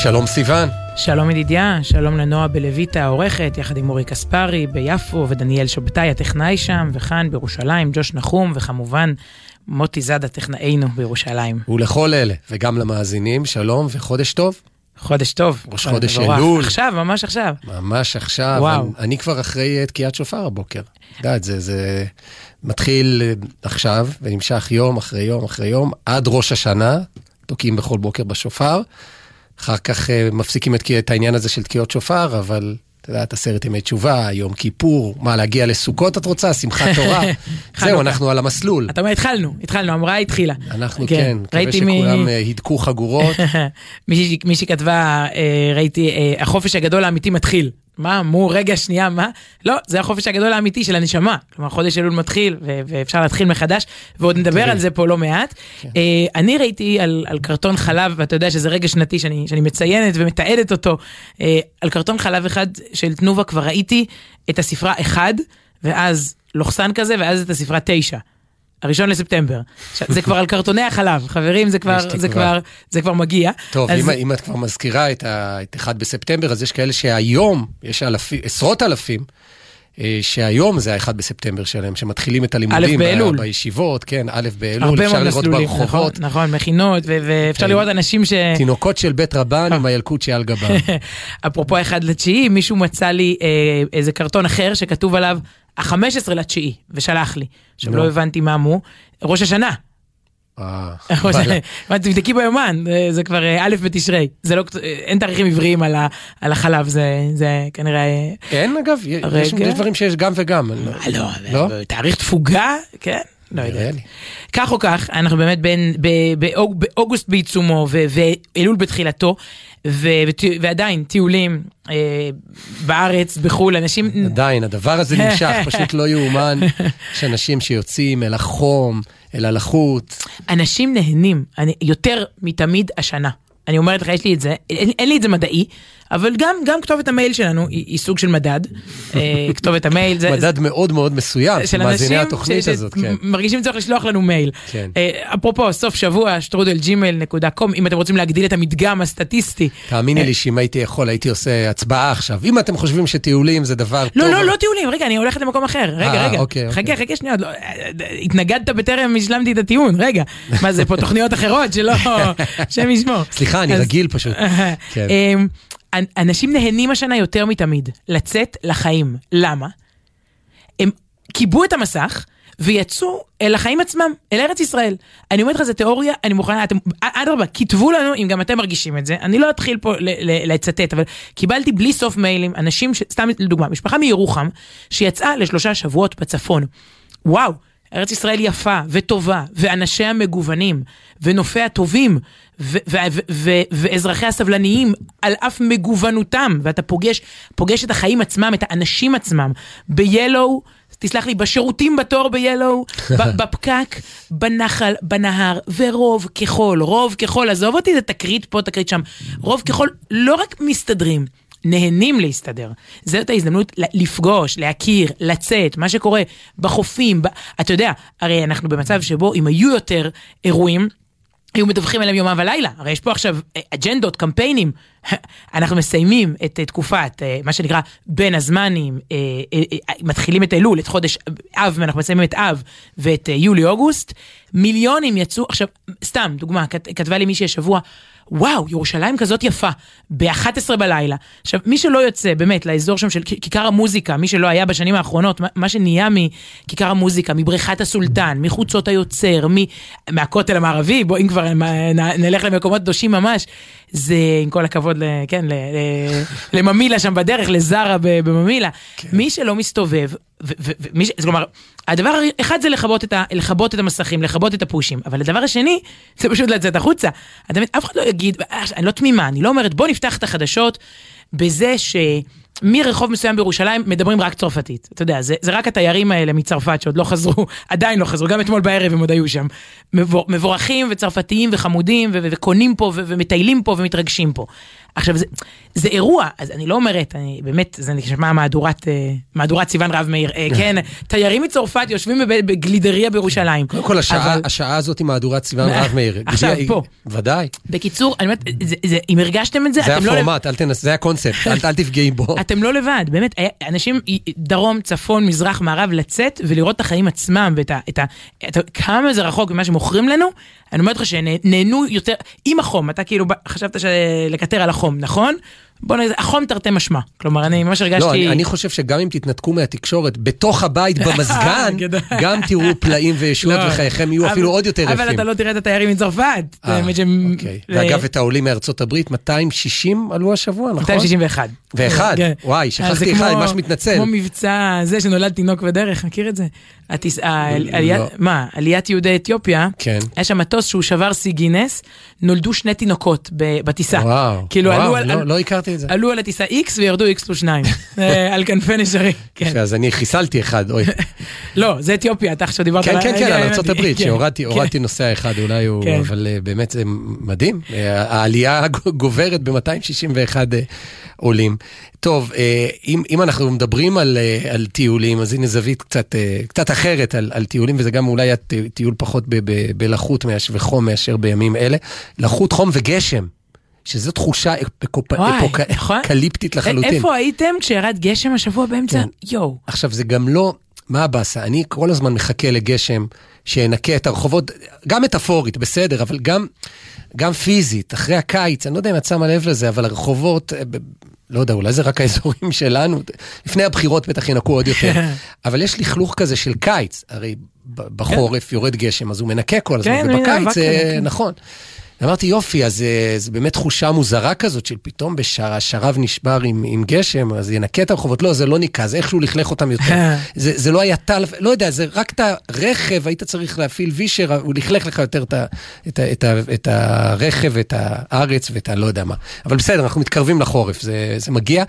שלום סיוון. שלום ידידיה, שלום לנועה בלויטה העורכת, יחד עם אורי קספרי ביפו ודניאל שבתאי הטכנאי שם, וכאן בירושלים ג'וש נחום, וכמובן מוטי זד הטכנאינו בירושלים. ולכל אלה, וגם למאזינים, שלום וחודש טוב. חודש טוב. ראש חודש אלול. עכשיו, ממש עכשיו. ממש עכשיו. וואו. אני כבר אחרי תקיעת שופר הבוקר. יודעת, זה מתחיל עכשיו, ונמשך יום אחרי יום אחרי יום, עד ראש השנה, תוקעים בכל בוקר בשופר. אחר כך מפסיקים את העניין הזה של תקיעות שופר, אבל אתה יודעת, 10 ימי תשובה, יום כיפור, מה, להגיע לסוכות את רוצה? שמחת תורה. זהו, אנחנו על המסלול. אתה אומר, התחלנו, המראה התחילה. אנחנו כן, מקווה שכולם הדקו חגורות. מישהי כתבה, ראיתי, החופש הגדול האמיתי מתחיל. מה? רגע, שנייה, מה? לא, זה החופש הגדול האמיתי של הנשמה. כלומר, חודש אלול מתחיל, ואפשר להתחיל מחדש, ועוד נדבר על זה פה לא מעט. אני ראיתי על קרטון חלב, ואתה יודע שזה רגע שנתי שאני מציינת ומתעדת אותו, על קרטון חלב אחד של תנובה כבר ראיתי את הספרה 1, ואז לוחסן כזה, ואז את הספרה 9. 1 לספטמבר. זה כבר על קרטוני החלב, חברים, זה כבר מגיע. טוב, אם את כבר מזכירה את 1 בספטמבר, אז יש כאלה שהיום, יש עשרות אלפים, שהיום זה 1 בספטמבר שלהם, שמתחילים את הלימודים בישיבות, כן, א' באלול, אפשר לראות ברחובות. נכון, מכינות, ואפשר לראות אנשים תינוקות של בית רבן עם הילקוט שעל גבם. אפרופו 1/9, מישהו מצא לי איזה קרטון אחר שכתוב עליו 15/9, ושלח לי. עכשיו לא הבנתי מה מו. ראש השנה. תבדקי ביומן, זה כבר א' בתשרי. אין תאריכים עבריים על החלב, זה כנראה... אין אגב, יש דברים שיש גם וגם. לא, תאריך תפוגה, כן. לא יודע. כך או כך, אנחנו באמת באוגוסט בעיצומו, ואלול בתחילתו, ועדיין טיולים בארץ, בחול, אנשים... עדיין, הדבר הזה נמשך, פשוט לא יאומן, יש אנשים שיוצאים אל החום, אל הלחות. אנשים נהנים, יותר מתמיד השנה. אני אומרת לך, יש לי את זה, אין לי את זה מדעי, אבל גם כתובת המייל שלנו היא סוג של מדד. כתובת המייל זה... מדד מאוד מאוד מסוים, מאזיני התוכנית הזאת, כן. מרגישים צריך לשלוח לנו מייל. אפרופו, סוף שבוע, strudel@gmail.com, אם אתם רוצים להגדיל את המדגם הסטטיסטי. תאמיני לי שאם הייתי יכול, הייתי עושה הצבעה עכשיו. אם אתם חושבים שטיולים זה דבר טוב... לא טיולים, רגע, אני הולכת למקום אחר. רגע. חכה, שנייה, התנגדת בטרם השלמתי את הטיעון, רגע. מה זה פה תוכניות אחרות שלא... שם ישמור. סליחה, אני רגיל פשוט. אנשים נהנים השנה יותר מתמיד לצאת לחיים. למה? הם קיבו את המסך ויצאו אל החיים עצמם, אל ארץ ישראל. אני אומרת לך, זה תיאוריה, אני מוכנה, עד הרבה, כתבו לנו אם גם אתם מרגישים את זה. אני לא אתחיל פה לצטט, אבל קיבלתי בלי סוף מיילים, אנשים, סתם לדוגמה, משפחה מירוחם, שיצאה ל3 שבועות בצפון. וואו, ארץ ישראל יפה וטובה, ואנשיה מגוונים, ונופיה טובים, ואזרחיה סבלניים, על אף מגוונותם, ואתה פוגש את החיים עצמם, את האנשים עצמם, ב-Yellow, תסלח לי, בשירותים בתור ב-Yellow, בפקק, בנחל, בנהר, ורוב כחול, עזוב אותי, זה תקרית פה, תקרית שם, רוב כחול, לא רק מסתדרים, נהנים להסתדר. זאת ההזדמנות לפגוש, להכיר, לצאת, מה שקורה בחופים, אתה יודע, הרי אנחנו במצב שבו אם היו יותר אירועים, היו מדווחים עליהם יומם ולילה. הרי יש פה עכשיו אג'נדות, קמפיינים. אנחנו מסיימים את תקופת, מה שנקרא, בין הזמנים, מתחילים את אלול, את חודש אב, ואנחנו מסיימים את אב, ואת יולי-אוגוסט. מיליונים יצאו, עכשיו, סתם, דוגמה, כתבה לי מישהי השבוע, וואו, ירושלים כזאת יפה, ב-11 בלילה. עכשיו, מי שלא יוצא באמת לאזור שם של כיכר המוזיקה, מי שלא היה בשנים האחרונות, מה שנהיה מכיכר המוזיקה, מבריכת הסולטן, מחוצות היוצר, מהכותל המערבי, בוא אם כבר נלך למקומות קדושים ממש, זה עם כל הכבוד, כן, לממילה שם בדרך, לזרה בממילה. מי שלא מסתובב, כלומר, הדבר אחד זה לכבות את המסכים, לכבות את הפושים, אבל הדבר השני, זה פשוט לצאת החוצה. אף אחד לא יגיד, אני לא תמימה, אני לא אומרת, בוא נפתח את החדשות, בזה שמרחוב מסוים בירושלים מדברים רק צרפתית. אתה יודע, זה רק התיירים האלה מצרפת שעוד לא חזרו, עדיין לא חזרו, גם אתמול בערב הם עוד היו שם. מבורכים וצרפתיים וחמודים וקונים פה ומטיילים פה ומתרגשים פה. עכשיו, זה אירוע, אז אני לא אומרת, באמת, זה נשמע מהדורת סיוון רב מאיר, כן, תיירים מצרפת יושבים בגלידריה בירושלים. קודם כל, השעה הזאת היא מהדורת סיוון רב מאיר. עכשיו, פה. ודאי. בקיצור, אני אומרת, אם הרגשתם את זה, זה הפורמט, זה הקונספט, אל תפגעי בו. אתם לא לבד, באמת, אנשים דרום, צפון, מזרח, מערב, לצאת ולראות את החיים עצמם, כמה זה רחוק ממה שמוכרים לנו, אני אומרת לך שנהנו יותר, עם החום, אתה כאילו חשבת לקטר על החום, נכון? בוא נגיד, החום תרתי משמע, כלומר, אני ממש הרגשתי... לא, אני חושב שגם אם תתנתקו מהתקשורת, בתוך הבית במזגן, גם תראו פלאים וישועות וחייכם יהיו אפילו עוד יותר יפים. אבל אתה לא תראה את התיירים מצרפת. אוקיי. ואגב, את העולים מארצות הברית, 260 עלו השבוע, נכון? 261. ואחד, וואי, שכחתי אחד, ממש מתנצל. כמו מבצע זה שנולד תינוק בדרך, מכיר את זה? עליית יהודי אתיופיה, היה שם מטוס שהוא שבר שיא גינס, נולדו 2 תינוקות בטיסה. וואו, לא הכרתי את זה. עלו על הטיסה X וירדו X+2, על כנפי נשרים. אז אני חיסלתי אחד, אוי. לא, זה אתיופיה, אתה עכשיו דיברת על... כן, על ארצות הברית, שהורדתי נוסע אחד, אולי הוא... אבל באמת זה מדהים. העלייה גוברת ב-261 עולים. טוב, אם אנחנו מדברים על טיולים, אז הנה זווית קצת אחרת על טיולים, וזה גם אולי טיול פחות בלחות וחום מאשר בימים אלה. לחות, חום וגשם. שזו תחושה אקליפטית לחלוטין. איפה הייתם כשירד גשם השבוע באמצע? יו. עכשיו זה גם לא, מה הבאסה? אני כל הזמן מחכה לגשם שינקה את הרחובות, גם מטאפורית, בסדר, אבל גם פיזית, אחרי הקיץ, אני לא יודע אם את שמה לב לזה, אבל הרחובות, לא יודע, אולי זה רק האזורים שלנו, לפני הבחירות בטח ינקו עוד יותר, אבל יש לכלוך כזה של קיץ, הרי בחורף יורד גשם, אז הוא מנקה כל הזמן, ובקיץ זה נכון. אמרתי יופי, אז זה באמת תחושה מוזרה כזאת של פתאום השרב נשבר עם גשם, אז ינקה את הרחובות, לא, זה לא ניקה, זה איכשהו לכלך אותם יותר. זה לא היה טל, לא יודע, זה רק את הרכב, היית צריך להפעיל וישר, הוא לכלך לך יותר את הרכב, את הארץ ואת לא יודע מה. אבל בסדר, אנחנו מתקרבים לחורף, זה מגיע.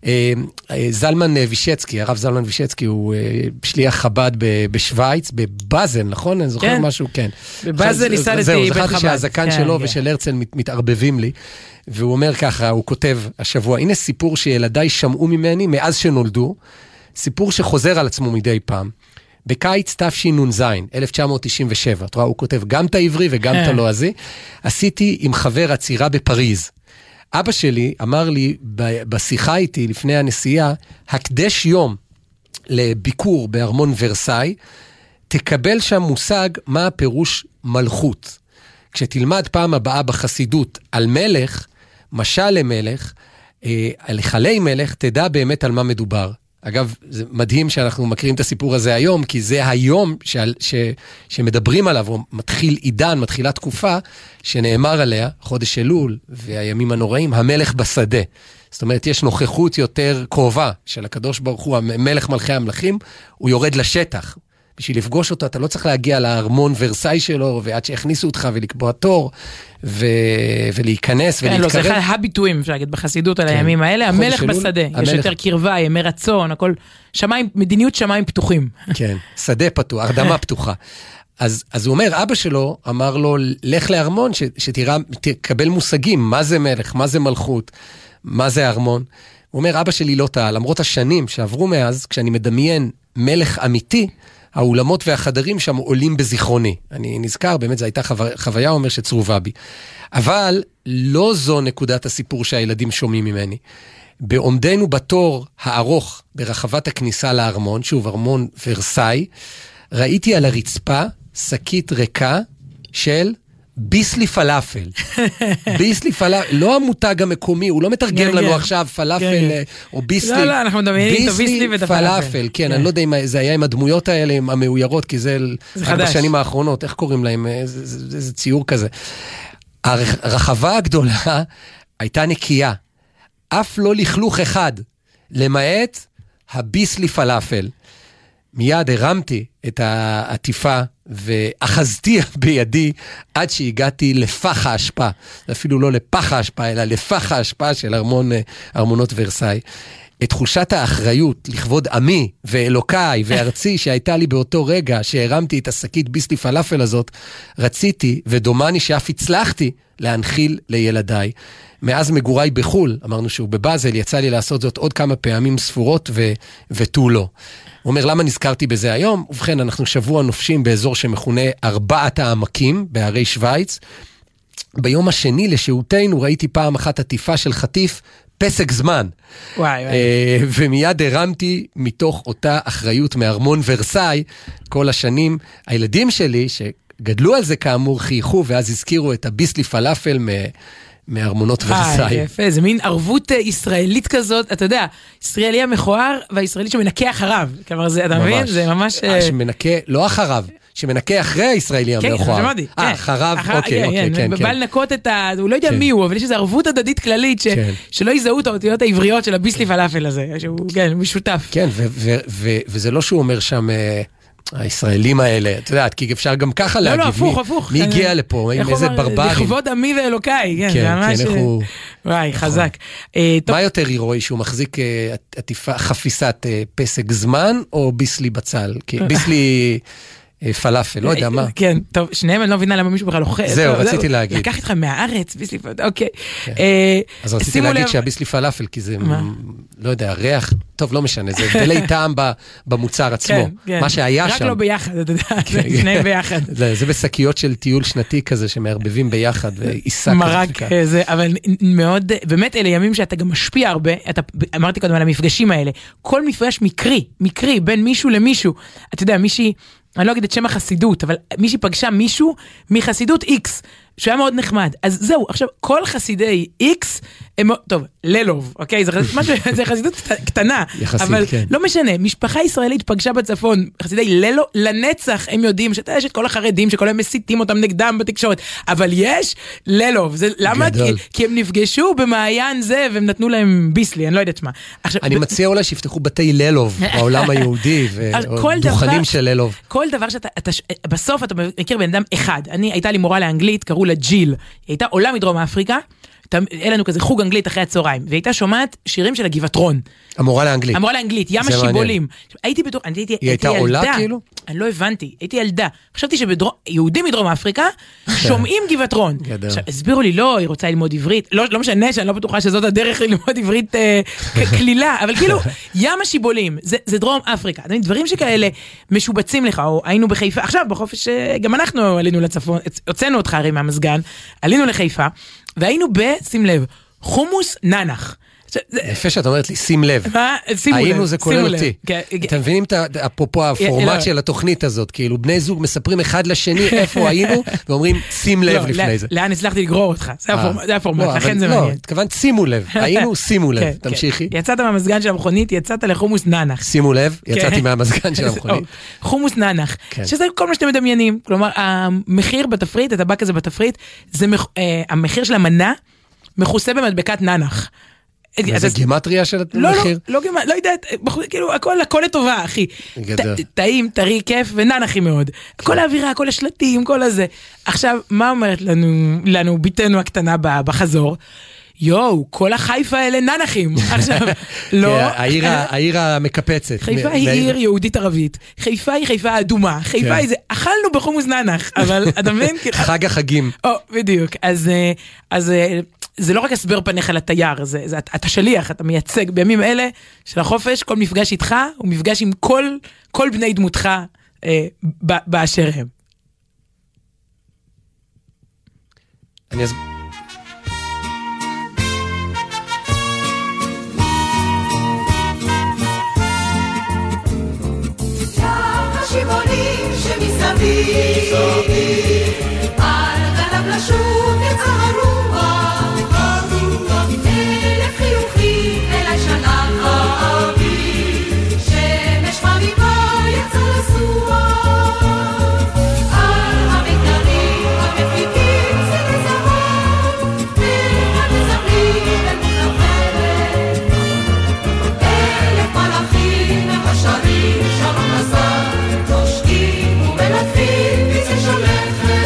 זלמן וישצקי, הרב זלמן וישצקי, הוא שליח חב"ד בשוויץ, בבאזל, נכון? אני זוכר משהו, כן. בבאזל ניסדתי בית חב"ד. ושל הרצל מתערבבים לי, והוא אומר ככה, הוא כותב השבוע, הנה סיפור שילדיי שמעו ממני מאז שנולדו, סיפור שחוזר על עצמו מדי פעם. בקיץ תשנ"ז, 1997, אתה רואה, הוא כותב גם את העברי וגם את הלועזי, עשיתי עם חבר עצירה בפריז. אבא שלי אמר לי בשיחה איתי לפני הנסיעה, הקדש יום לביקור בארמון ורסאי, תקבל שם מושג מה הפירוש מלכות. כשתלמד פעם הבאה בחסידות על מלך, משל למלך, על חלי מלך, תדע באמת על מה מדובר. אגב, זה מדהים שאנחנו מכירים את הסיפור הזה היום, כי זה היום שמדברים עליו, או מתחיל עידן, מתחילה תקופה, שנאמר עליה, חודש אלול, והימים הנוראים, המלך בשדה. זאת אומרת, יש נוכחות יותר קרובה של הקדוש ברוך הוא, המלך מלכי המלכים, הוא יורד לשטח. בשביל לפגוש אותו, אתה לא צריך להגיע לארמון ורסאי שלו, ועד שהכניסו אותך ולקבוע תור, ולהיכנס ולהתקרב. לא, זה אחד הביטויים, אפשר להגיד, בחסידות על הימים האלה, המלך בשדה, יש יותר קרבה, ימי רצון, הכל, מדיניות שמיים פתוחים. כן, שדה פתוח, הרדמה פתוחה. אז הוא אומר, אבא שלו אמר לו, לך לארמון, שתקבל מושגים, מה זה מלך, מה זה מלכות, מה זה ארמון. הוא אומר, אבא שלי לא טעה, למרות השנים שעברו מאז, כשאני מדמיין מלך אמיתי, האולמות והחדרים שם עולים בזיכרוני. אני נזכר, באמת זו הייתה חוויה, אומר, שצרובה בי. אבל לא זו נקודת הסיפור שהילדים שומעים ממני. בעומדנו בתור הארוך ברחבת הכניסה לארמון, שוב, ארמון ורסאי, ראיתי על הרצפה שקית ריקה של ביסלי פלאפל. ביסלי פלאפל, לא המותג המקומי, הוא לא מתרגם לנו עכשיו פלאפל או ביסלי. לא, אנחנו מדמיינים את הביסלי ואת הפלאפל. כן, אני לא יודע אם זה היה עם הדמויות האלה, המאוירות, כי זה בשנים האחרונות, איך קוראים להם, איזה ציור כזה. הרחבה הגדולה הייתה נקייה. אף לא לכלוך אחד, למעט הביסלי פלאפל. מיד הרמתי את העטיפה ואחזתי בידי עד שהגעתי לפח האשפה. אפילו לא לפח האשפה, אלא לפח האשפה של ארמונות ורסאי. את תחושת האחריות לכבוד עמי ואלוקיי וארצי שהייתה לי באותו רגע שהרמתי את השקית ביסלי פלאפל הזאת, רציתי ודומני שאף הצלחתי להנחיל לילדיי. מאז מגוריי בחול, אמרנו שהוא בבאזל, יצא לי לעשות זאת עוד כמה פעמים ספורות ותו לא. הוא אומר, למה נזכרתי בזה היום? ובכן, אנחנו שבוע נופשים באזור שמכונה 4 העמקים בערי שוויץ. ביום השני לשהותנו ראיתי פעם אחת עטיפה של חטיף פסק זמן. וואי. ומיד הרמתי מתוך אותה אחריות מארמון ורסאי כל השנים. הילדים שלי שגדלו על זה כאמור חייכו ואז הזכירו את הביסלי פלאפל מארמונות ורסאי. יפה, זה מין ערבות ישראלית כזאת, אתה יודע, ישראלי המכוער והישראלי שמנקה אחריו. כלומר, אתה מבין? זה ממש... שמנקה, לא אחריו. שמנקה אחרי הישראלי המכוער. כן, שמעתי. אחריו, אוקיי, כן. בא לנקות את ה... הוא לא יודע מי הוא, אבל יש איזו ערבות הדדית כללית שלא יזהו את האותיות העבריות של הביסלי פלאפל הזה, שהוא, כן, משותף. כן, וזה לא שהוא אומר שם... הישראלים האלה, את יודעת, כי אפשר גם ככה להגיד, הפוך. מי הגיע לפה, עם איזה ברברים. לכבוד עמי ואלוקיי, כן, איך הוא... וואי, חזק. מה יותר הירואי, שהוא מחזיק חפיסת פסק זמן, או ביסלי בצל? ביסלי פלאפל, לא יודע מה. כן, טוב, שניהם אני לא מבינה למה מישהו בכלל אוכל. זהו, רציתי להגיד. לקח איתך מהארץ, ביסלי פלאפל, אוקיי. אז רציתי להגיד שהביסלי פלאפל, כי זה, לא יודע, ריח, טוב, לא משנה, זה הבדלי טעם במוצר עצמו. מה שהיה שם. רק לא ביחד, אתה יודע, שניהם ביחד. זה בשקיות של טיול שנתי כזה, שמערבבים ביחד, ועיסק. מרק, אבל מאוד, באמת אלה ימים שאתה גם משפיע הרבה, אמרתי קודם על המפגשים האלה, כל מפגש מקרי, בין מישהו למישהו, אתה יודע, מישהי, אני לא אגיד את שם החסידות, אבל מישהי פגשה מישהו מחסידות X, שהיה מאוד נחמד. אז זהו, עכשיו, כל חסידי X, הם, טוב, ללוב, אוקיי? זה חסידות קטנה, אבל לא משנה, משפחה ישראלית פגשה בצפון, חסידי ללוב, לנצח הם יודעים שאתה יש את כל החרדים, שכל הם מסיתים אותם נגדם בתקשורת, אבל יש ללוב, זה למה? כי הם נפגשו במעיין זה, והם נתנו להם ביסלי, אני לא יודעת מה. אני מציע אולי שיפתחו בתי ללוב, בעולם היהודי, ודוכנים של ללוב. כל דבר שאתה, בסוף אתה מכיר בן אדם אחד, הייתה לי מורה לאנגלית, קראו לה ג'יל, היא הייתה עולה מדרום אפריקה, היה לנו כזה חוג אנגלית אחרי הצהריים, והיא הייתה שומעת שירים של הגבעתרון. המורה לאנגלית. המורה לאנגלית, ים השיבולים. הייתי בתור, היא הייתה עולה כאילו? אני לא הבנתי, הייתי ילדה. חשבתי שיהודים מדרום אפריקה שומעים גבעתרון. הסבירו לי, לא, היא רוצה ללמוד עברית, לא משנה שאני לא בטוחה שזאת הדרך ללמוד עברית כלילה, אבל כאילו, ים השיבולים, זה דרום אפריקה. דברים שכאלה משובצים לך, או היינו בחיפה, עכשיו בחופש, גם אנחנו עלינו לצפון, הוצאנו אותך הרי מהמסגן, עלינו לחיפה, והיינו שים לב, חומוס ננח. יפה שאת אומרת לי, שים לב. היינו זה כולל אותי. אתם מבינים אפרופו הפורמט של התוכנית הזאת, כאילו בני זוג מספרים אחד לשני איפה היינו, ואומרים שים לב לפני זה. לאן הצלחתי לגרור אותך? זה הפורמט, לכן זה מעניין. לא, התכוונת שימו לב, היינו שימו לב, תמשיכי. יצאת מהמסגן של המכונית, יצאת לחומוס ננח. שימו לב, יצאתי מהמסגן של המכונית. חומוס ננח, שזה כל מה שאתם מדמיינים, כלומר, המחיר בתפריט, הטבק הזה בתפריט, המחיר של המנה מכוסה במדבקת ננח. זה גימטריה של המחיר? לא גימטריה, לא יודעת, כאילו הכל לטובה, אחי. טעים, טרי, כיף וננחי מאוד. כל האווירה, כל השלטים, כל הזה. עכשיו, מה אומרת לנו ביתנו הקטנה בחזור? יואו, כל החיפה האלה ננחים. עכשיו, לא... העיר המקפצת. חיפה היא עיר יהודית ערבית. חיפה היא חיפה אדומה. חיפה היא זה, אכלנו בחומוס ננח, אבל אתה מבין? חג החגים. בדיוק. אז זה לא רק הסבר פניך לתייר, אתה שליח, אתה מייצג בימים אלה של החופש, כל מפגש איתך הוא מפגש עם כל בני דמותך באשר הם. אני אסביר. השיבולים שמסביב על גליו לשוט יצא הרוח אלף חיוכים אליי שלח האביב שמש חביבה יצא לסוח על המיתרים המפיקים צבע זהב והמזמרים אל מוחלפת אלף מלאכים הם השרים שלום לזר נושקים ומלטפים פצעי שלכת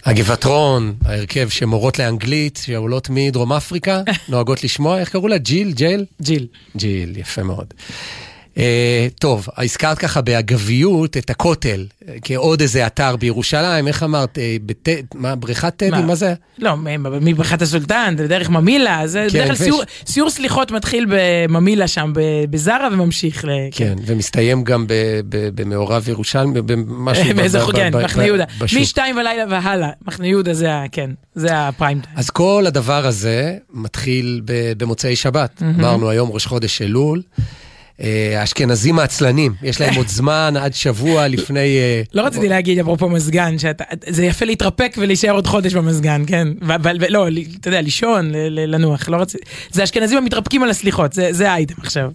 הגבעתרון, ההרכב שמורות לאנגלית, שעולות מדרום אפריקה, נוהגות לשמוע, איך קראו לה? ג'יל? ג'יל, יפה מאוד. טוב, הזכרת ככה באגביות את הכותל, כעוד איזה אתר בירושלים, איך אמרת, בריכת טדי, מה זה? לא, מבריכת הסולטן, דרך ממילה, זה בדרך כלל סיור סליחות מתחיל בממילה שם, בזרה וממשיך. כן, ומסתיים גם במעורב ירושלים, במשהו מחנה יהודה, מ-2 בלילה והלאה, מחנה יהודה זה הפריים טיים. אז כל הדבר הזה מתחיל במוצאי שבת, אמרנו היום ראש חודש אלול, האשכנזים העצלנים, יש להם עוד זמן עד שבוע לפני... לא רציתי להגיד, אפרופו מזגן, זה יפה להתרפק ולהישאר עוד חודש במזגן, כן? לא, אתה יודע, לישון, לנוח, לא רציתי... זה האשכנזים המתרפקים על הסליחות, זה האייטם עכשיו.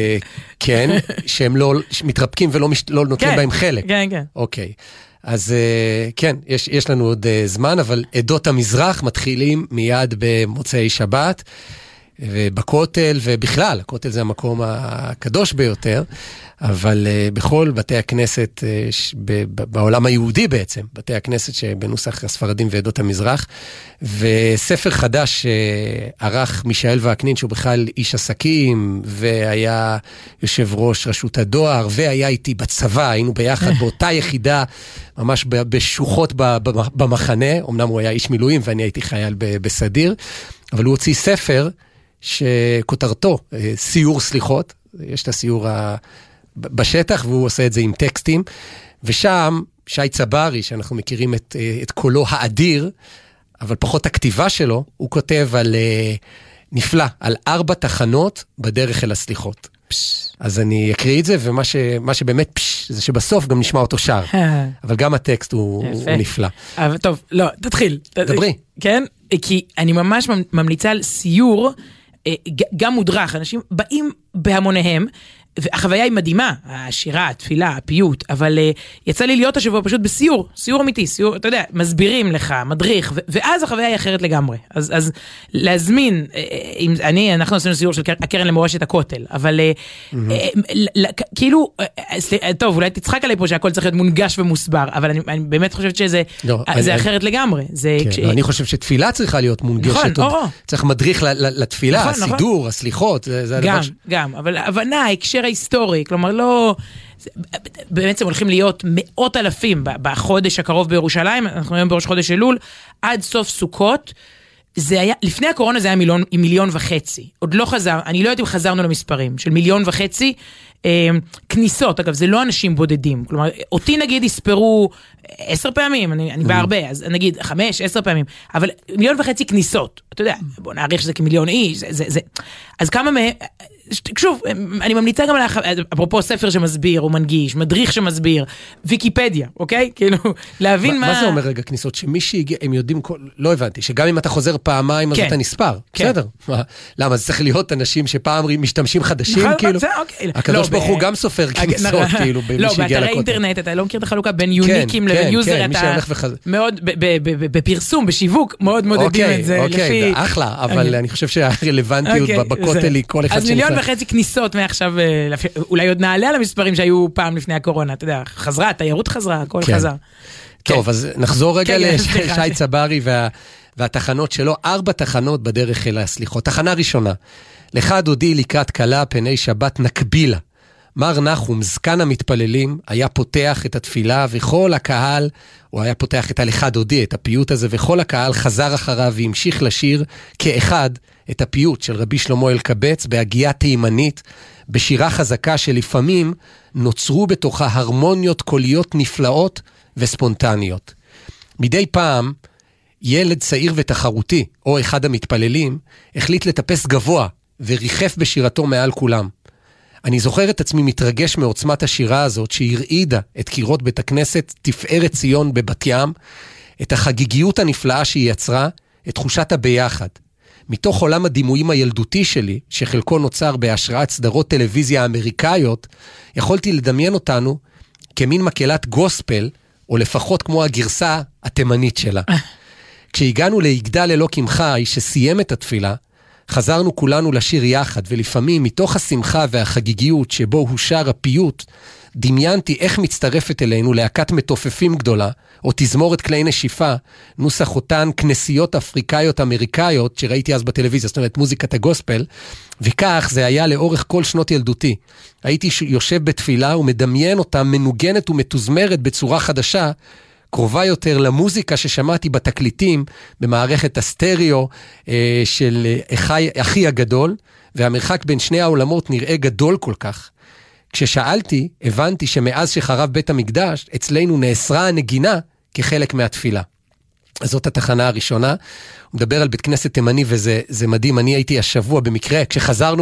כן, שהם לא מתרפקים ולא נוטלים בהם חלק. כן, כן. אוקיי. אז כן, יש לנו עוד זמן, אבל עדות המזרח מתחילים מיד במוצאי שבת, ובכותל, ובכלל, הכותל זה המקום הקדוש ביותר, אבל בכל בתי הכנסת, בעולם היהודי בעצם, בתי הכנסת שבנוסח הספרדים ועדות המזרח, וספר חדש שערך מישאל וקנין, שהוא בכלל איש עסקים, והיה יושב ראש רשות הדואר, והיה איתי בצבא, היינו ביחד באותה יחידה, ממש בשוחות במחנה, אמנם הוא היה איש מילואים, ואני הייתי חייל בסדיר, אבל הוא הוציא ספר, שכותרתו, סיור סליחות, יש את הסיור בשטח, והוא עושה את זה עם טקסטים, ושם שי צברי, שאנחנו מכירים את קולו האדיר, אבל פחות הכתיבה שלו, הוא כותב על נפלא, על 4 תחנות בדרך אל הסליחות. אז אני אקריא את זה, ומה שבאמת זה שבסוף גם נשמע אותו שר, אבל גם הטקסט הוא נפלא. טוב, לא, תתחיל. דברי. כן? כי אני ממש ממליצה על סיור, גם מודרך, אנשים באים בהמוניהם, והחוויה היא מדהימה, השירה, התפילה, הפיוט, אבל יצא לי להיות השבוע פשוט בסיור, סיור אמיתי, סיור, אתה יודע, מסבירים לך, מדריך, ואז החוויה היא אחרת לגמרי. אז להזמין, אנחנו עשינו סיור של הקרן למורשת הכותל, אבל כאילו, טוב, אולי תצחק עליי פה שהכל צריך להיות מונגש ומוסבר, אבל אני באמת חושבת שזה אחרת לגמרי. אני חושב שתפילה צריכה להיות מונגשת, צריך מדריך לתפילה, הסידור, הסליחות, גם, אבל הבנה, הקשר ההיסטורי, כלומר לא, בעצם הולכים להיות 100,000 בחודש הקרוב בירושלים, אנחנו היום בראש חודש אלול, עד סוף סוכות, זה היה, לפני הקורונה זה היה 1.5 מיליון, עוד לא חזר, אני לא יודעת אם חזרנו למספרים, של 1.5 מיליון, כניסות, אגב, זה לא אנשים בודדים, כלומר, אותי נגיד יספרו 10 פעמים, אני בא הרבה, אז נגיד 5-10 פעמים, אבל 1.5 מיליון כניסות, אתה יודע, בוא נעריך שזה כמיליון איש, אז כמה שוב, אני ממליצה גם אפרופו ספר שמסביר, או מנגיש, מדריך שמסביר, ויקיפדיה, אוקיי? כאילו, להבין מה... מה זה אומר רגע כניסות? שמי שהגיע, הם יודעים, לא הבנתי, שגם אם אתה חוזר פעמיים, אז אתה נספר. בסדר. למה? זה צריך להיות אנשים שפעם משתמשים חדשים, כאילו? הקדוש ברוך הוא גם סופר כניסות, כאילו, במי שהגיע לכותל. באתרי אינטרנט, אתה לא מכיר את החלוקה בין יוניקים לבין יוזר, אתה מאוד, בפרסום, בשיווק, מאוד מודדים את זה. אוקיי, אחלה, אבל אני חושב שהרלוונטיות בכותל היא כל אחד שנמצא. 1.5 מיליון כניסות מעכשיו, אולי עוד נעלה על המספרים שהיו פעם לפני הקורונה, אתה יודע, חזרה, תיירות חזרה, הכל חזר. טוב, אז נחזור רגע לשי צברי והתחנות שלו, 4 תחנות בדרך אל הסליחות. תחנה ראשונה, לך דודי לקראת קלה פני שבת נקבילה. מר נחום, זקן המתפללים, היה פותח את התפילה, וכל הקהל, הוא היה פותח את הלכה דודי, את הפיוט הזה, וכל הקהל חזר אחריו והמשיך לשיר כאחד את הפיוט של רבי שלמה אלקבץ, בהגייה תימנית, בשירה חזקה שלפעמים נוצרו בתוכה הרמוניות קוליות נפלאות וספונטניות. מדי פעם, ילד צעיר ותחרותי, או אחד המתפללים, החליט לטפס גבוה, וריחף בשירתו מעל כולם. אני זוכר את עצמי מתרגש מעוצמת השירה הזאת, שהרעידה את קירות בית הכנסת תפארת ציון בבת ים, את החגיגיות הנפלאה שהיא יצרה, את תחושת הביחד. מתוך עולם הדימויים הילדותי שלי, שחלקו נוצר בהשראת סדרות טלוויזיה האמריקאיות, יכולתי לדמיין אותנו כמין מקהלת גוספל, או לפחות כמו הגרסה התימנית שלה. כשהגענו ליגדל אלוקים חי, שסיים את התפילה, חזרנו כולנו לשיר יחד, ולפעמים מתוך השמחה והחגיגיות שבו הוא שר הפיוט, דמיינתי איך מצטרפת אלינו להקת מתופפים גדולה, או תזמורת כלי נשיפה, נוסח אותן כנסיות אפריקאיות אמריקאיות, שראיתי אז בטלוויזיה, זאת אומרת מוזיקת הגוספל, וכך זה היה לאורך כל שנות ילדותי. הייתי יושב בתפילה ומדמיין אותה מנוגנת ומתוזמרת בצורה חדשה, קרובה יותר למוזיקה ששמעתי בתקליטים, במערכת הסטריאו של אחי הגדול, והמרחק בין שני העולמות נראה גדול כל כך. כששאלתי, הבנתי שמאז שחרב בית המקדש, אצלנו נאסרה הנגינה כחלק מהתפילה. אז זאת התחנה הראשונה. הוא מדבר על בית כנסת תימני, וזה מדהים. אני הייתי השבוע במקרה, כשחזרנו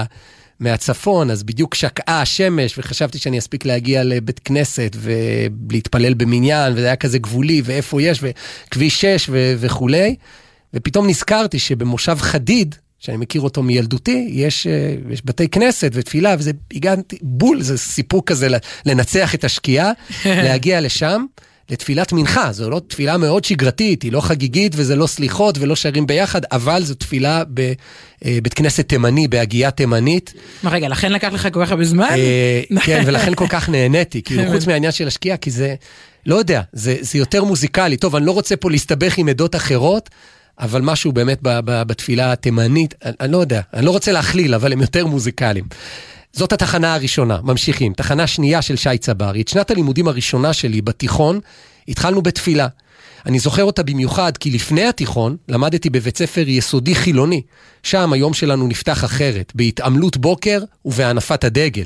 מהצפון, אז בדיוק שקעה השמש, וחשבתי שאני אספיק להגיע לבית כנסת, ולהתפלל במניין, וזה היה כזה גבולי, ואיפה יש, וכביש 6 וכולי. ופתאום נזכרתי שבמושב חדיד, שאני מכיר אותו מילדותי, יש בתי כנסת ותפילה, וזה הגעתי בול, זה סיפור כזה לנצח את השקיעה, להגיע לשם, לתפילת מנחה. זו לא תפילה מאוד שגרתית, היא לא חגיגית, וזה לא סליחות ולא שרים ביחד, אבל זו תפילה בבית כנסת תימני, בהגייה תימנית. מה רגע, לכן לקח לך כל כך הרבה זמן? כן, ולכן כל כך נהניתי, כאילו חוץ מהעניין של השקיעה, כי זה, לא יודע, זה יותר מוזיקלי. טוב, אני לא רוצה פה להסתבך עם עדות אחרות, אבל משהו באמת בתפילה התימנית, אני לא יודע, אני לא רוצה להכליל, אבל הם יותר מוזיקליים. זאת התחנה הראשונה, ממשיכים. תחנה שנייה של שי צברי. את שנת הלימודים הראשונה שלי בתיכון, התחלנו בתפילה. אני זוכר אותה במיוחד, כי לפני התיכון למדתי בבית ספר יסודי חילוני. שם היום שלנו נפתח אחרת, בהתעמלות בוקר ובהנפת הדגל.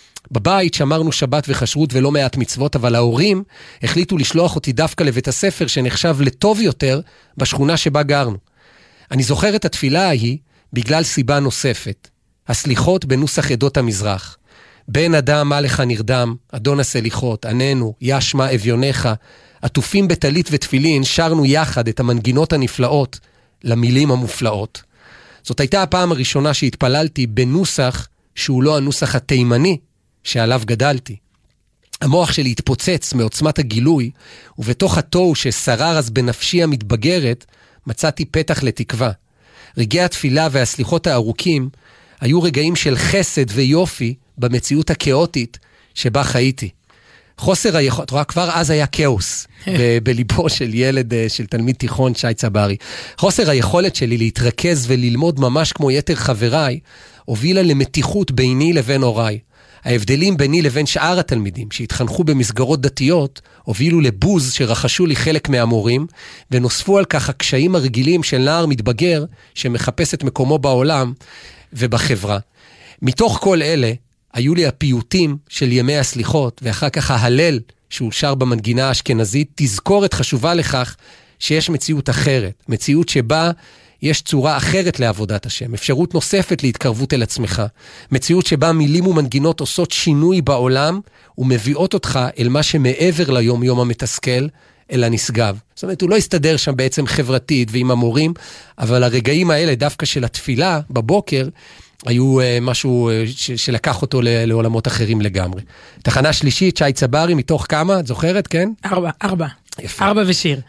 בבית שמרנו שבת וחשרות ולא מעט מצוות, אבל ההורים החליטו לשלוח אותי דווקא לבית הספר שנחשב לטוב יותר בשכונה שבה גרנו. אני זוכר את התפילה ההיא בגלל סיבה נוספת. הסליחות בנוסח עדות המזרח. בן אדם מה לך נרדם, אדון הסליחות, עננו, ישמע אביונך, עטופים בטלית ותפילין, שרנו יחד את המנגינות הנפלאות למילים המופלאות. זאת הייתה הפעם הראשונה שהתפללתי בנוסח שהוא לא הנוסח התימני שעליו גדלתי. המוח שלי התפוצץ מעוצמת הגילוי, ובתוך התוהו ששרר אז בנפשי המתבגרת, מצאתי פתח לתקווה. רגעי התפילה והסליחות הארוכים היו רגעים של חסד ויופי במציאות הכאוטית שבה חייתי. חוסר היכולת, אתה רואה, כבר אז היה כאוס בליבו של ילד, של תלמיד תיכון, שי צברי. חוסר היכולת שלי להתרכז וללמוד ממש כמו יתר חבריי, הובילה למתיחות ביני לבין הוריי. ההבדלים ביני לבין שאר התלמידים שהתחנכו במסגרות דתיות, הובילו לבוז שרחשו לי חלק מהמורים, ונוספו על כך הקשיים הרגילים של נער מתבגר שמחפש את מקומו בעולם ובחברה. מתוך כל אלה, היו לי הפיוטים של ימי הסליחות, ואחר כך ההלל שאושר במנגינה האשכנזית, תזכורת חשובה לכך שיש מציאות אחרת, מציאות שבה יש צורה אחרת לעבודת השם, אפשרות נוספת להתקרבות אל עצמך, מציאות שבה מילים ומנגינות עושות שינוי בעולם, ומביאות אותך אל מה שמעבר ליום יום המתסכל, אל הנשגב. זאת אומרת, הוא לא הסתדר שם בעצם חברתית ועם המורים, אבל הרגעים האלה דווקא של התפילה בבוקר, היו משהו שלקח אותו לעולמות אחרים לגמרי. תחנה שלישית, שי צברי, מתוך כמה? את זוכרת, כן? 4. 4 ושיר.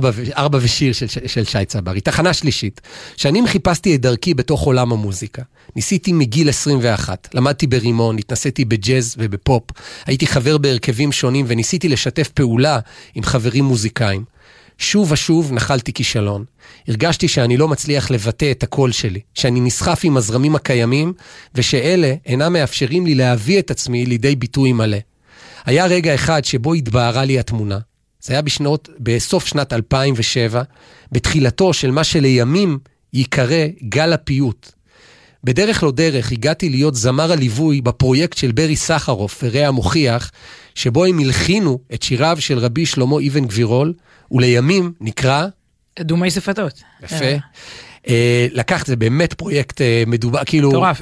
4 ושיר של שי צברי. תחנה שלישית. שנים חיפשתי את דרכי בתוך עולם המוזיקה. ניסיתי מגיל 21. למדתי ברימון, התנסיתי בג'אז ובפופ. הייתי חבר בהרכבים שונים וניסיתי לשתף פעולה עם חברים מוזיקאים. שוב ושוב נחלתי כישלון. הרגשתי שאני לא מצליח לבטא את הקול שלי, שאני נסחף עם הזרמים הקיימים, ושאלה אינם מאפשרים לי להביא את עצמי לידי ביטוי מלא. היה רגע אחד שבו התבהרה לי התמונה. זה היה בסוף שנת 2007, בתחילתו של מה שלימים ייקרא גל הפיוט. בדרך לא דרך הגעתי להיות זמר הליווי בפרויקט של ברי סחרוף ורע מוכיח, שבו הם הלחינו את שיריו של רבי שלמה אבן גבירול, ולימים נקרא דומי שפתות. יפה. לקחת, זה באמת פרויקט מדובר, כאילו טורף,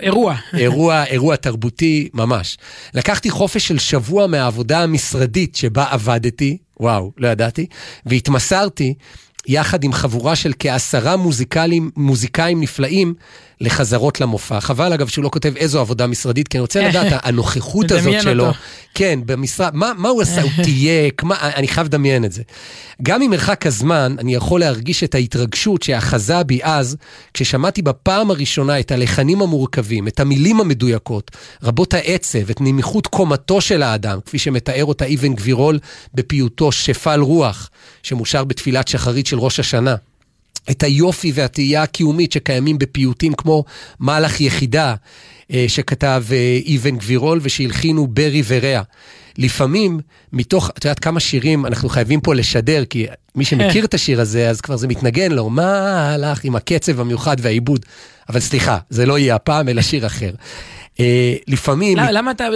אירוע תרבותי ממש. לקחתי חופש של שבוע מהעבודה המשרדית שבה עבדתי, וואו, לא ידעתי, והתמסרתי יחד עם חבורה של כ10 מוזיקאים נפלאים לחזרות למופע. חבל אגב שהוא לא כותב איזו עבודה משרדית, כי אני רוצה לדעת, הנוכחות הזאת שלו, כן, במשרד, מה הוא עשה? הוא תייק, אני חייב לדמיין את זה. גם ממרחק הזמן, אני יכול להרגיש את ההתרגשות שאחזה בי אז, כששמעתי בפעם הראשונה את הלחנים המורכבים, את המילים המדויקות, רבות העצב, את נמיכות קומתו של האדם, כפי שמתאר אותה אבן גבירול בפיוטו שפל רוח, שמושר בתפילת שחרית של ראש השנה. את היופי והתהייה הקיומית שקיימים בפיוטים כמו מלאך יחידה, שכתב אבן גבירול ושהלחינו ברי ורע. לפעמים, מתוך, את יודעת כמה שירים אנחנו חייבים פה לשדר, כי מי שמכיר את השיר הזה, אז כבר זה מתנגן לו, מלאך עם הקצב המיוחד והעיבוד. אבל סליחה, זה לא יהיה הפעם, אלא שיר אחר. לפעמים... למה אתה,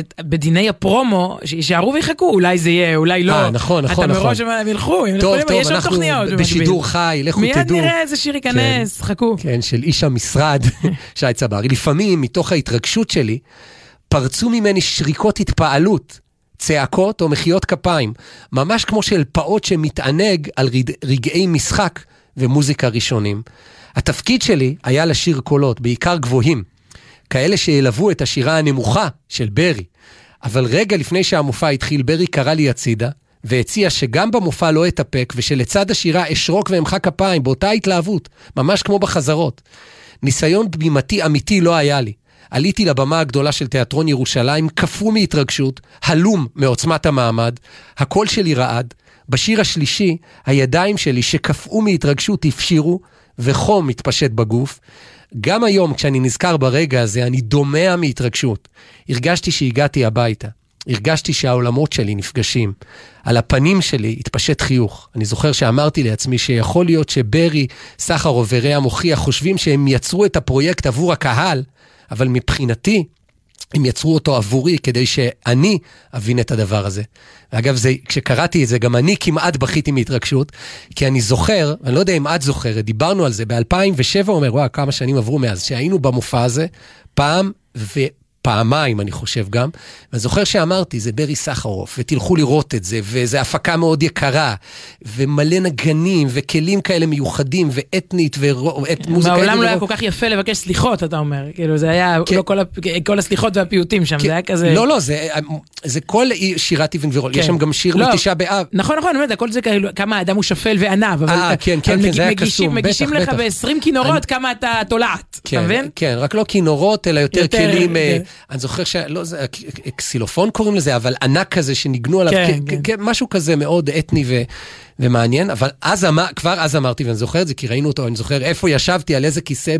בדיני הפרומו, שישארו ויחכו, אולי זה יהיה, אולי לא. נכון. אתה מראש הם ילכו, טוב, אנחנו בשידור חי, לכו תדעו. מיד נראה איזה שיר ייכנס, חכו. כן, של איש המשרד, שי צברי. לפעמים, מתוך ההתרגשות שלי, פרצו ממני שריקות התפעלות, צעקות או מחיאות כפיים, ממש כמו של פעוט שמתענג על רגעי משחק ומוזיקה ראשונים. התפקיד שלי היה לשיר קולות, בעיקר גבוהים, כאלה שילוו את השירה הנמוכה של ברי. אבל רגע לפני שהמופע התחיל, ברי קרא לי הצידה, והציע שגם במופע לא אתאפק, ושלצד השירה אשרוק ואמחא כפיים, באותה התלהבות, ממש כמו בחזרות. ניסיון בימתי אמיתי לא היה לי. עליתי לבמה הגדולה של תיאטרון ירושלים, כפו מהתרגשות, הלום מעוצמת המעמד, הקול שלי רעד, בשיר השלישי, הידיים שלי שכפו מהתרגשות הפשירו, וחום מתפשט בגוף. גם היום כשאני נזכר ברגע הזה, אני דומע מהתרגשות. הרגשתי שהגעתי הביתה. הרגשתי שהעולמות שלי נפגשים. על הפנים שלי התפשט חיוך. אני זוכר שאמרתי לעצמי שיכול להיות שברי, סחרוב ורע מוכיח חושבים שהם יצרו את הפרויקט עבור הקהל, אבל מבחינתי הם יצרו אותו עבורי כדי שאני אבין את הדבר הזה. ואגב, כשקראתי את זה, גם אני כמעט בכיתי מהתרגשות, כי אני זוכר, אני לא יודע אם את זוכרת, דיברנו על זה, ב-2007 אומר, וואו, כמה שנים עברו מאז, שהיינו במופע הזה, פעם פעמיים, אני חושב גם, ואני זוכר שאמרתי, זה ברי סחרוף, ותלכו לראות את זה, וזה הפקה מאוד יקרה, ומלא נגנים, וכלים כאלה מיוחדים, ואתנית, ומוזיקה... בעולם לא היה כל כך יפה לבקש סליחות, אתה אומר, כאילו זה היה, לא כל הסליחות והפיוטים שם, זה היה כזה... לא, זה כל שירת אבן גבירול, יש שם גם שיר לתשעה באב. נכון, הכל זה כאילו, כמה האדם הוא שפל וענב, אבל מגישים לך ב-20 כינורות, כמה אתה תולעת, אתה מבין? כן, רק לא כינורות, אלא יותר כלים... אני זוכר שלא, זה קסילופון קוראים לזה, אבל ענק כזה שניגנו עליו, משהו כזה מאוד אתני ומעניין, אבל כבר אז אמרתי, ואני זוכר את זה, כי ראינו אותו, אני זוכר איפה ישבתי, על איזה כיסא,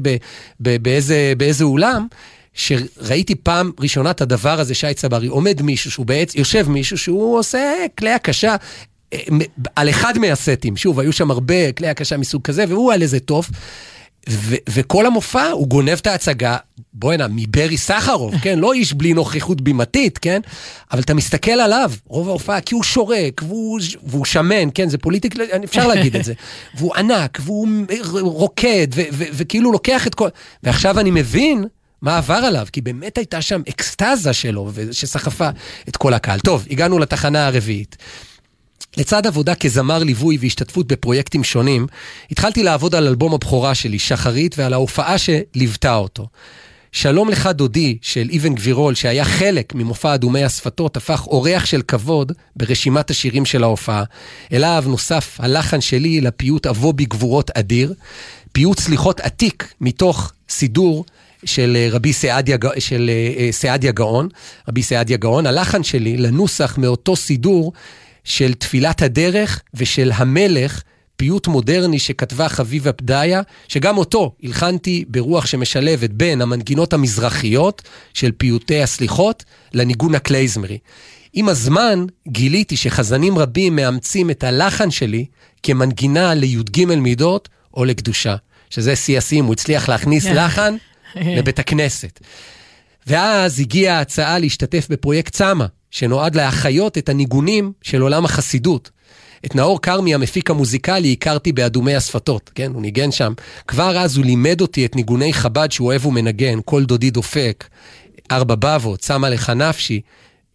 באיזה אולם, שראיתי פעם ראשונה את הדבר הזה, שי צברי, עומד מישהו, יושב מישהו שהוא עושה כלי הקשה, על אחד מהסטים, שוב, היו שם הרבה כלי הקשה מסוג כזה, והוא על איזה טוב, וכל המופע הוא גונב את ההצגה, בואי מברי סחרוב, כן? לא איש בלי נוכחות בימתית, כן? אבל אתה מסתכל עליו, רוב ההופעה, כי הוא שורק, והוא שמן, כן? זה פוליטיק, אפשר להגיד את זה. והוא ענק, והוא רוקד, וכאילו לוקח את כל... ועכשיו אני מבין מה עבר עליו, כי באמת הייתה שם אקסטאזה שלו, שסחפה את כל הקהל. טוב, הגענו לתחנה הרביעית. לצד עבודה כזמר ליווי והשתתפות בפרויקטים שונים, התחלתי לעבוד על אלבום הבכורה שלי, שחרית, ועל ההופעה שליוותה אותו. שלום לך דודי של אבן גבירול, שהיה חלק ממופע אדומי השפתות, הפך אורח של כבוד ברשימת השירים של ההופעה. אליו נוסף הלחן שלי לפיוט אבוא בגבורות אדיר, פיוט סליחות עתיק מתוך סידור של רבי סעדיה גאון, רבי סעדיה גאון, הלחן שלי לנוסח מאותו סידור של תפילת הדרך ושל המלך, פיוט מודרני שכתבה חביבה פדיה, שגם אותו הלחנתי ברוח שמשלבת בין המנגינות המזרחיות של פיוטי הסליחות לניגון הקלייזמרי. עם הזמן גיליתי שחזנים רבים מאמצים את הלחן שלי כמנגינה לי"ג מידות או לקדושה, שזה סייסים, הוא הצליח להכניס לחן לבית הכנסת. ואז הגיעה ההצעה להשתתף בפרויקט צמה, שנועד להחיות את הניגונים של עולם החסידות. את נאור קרמי, המפיק המוזיקלי, הכרתי באדומי השפתות, כן? הוא ניגן שם. כבר אז הוא לימד אותי את ניגוני חב"ד שהוא אוהב ומנגן, כל דודי דופק, 4 בבות, צמה לך נפשי,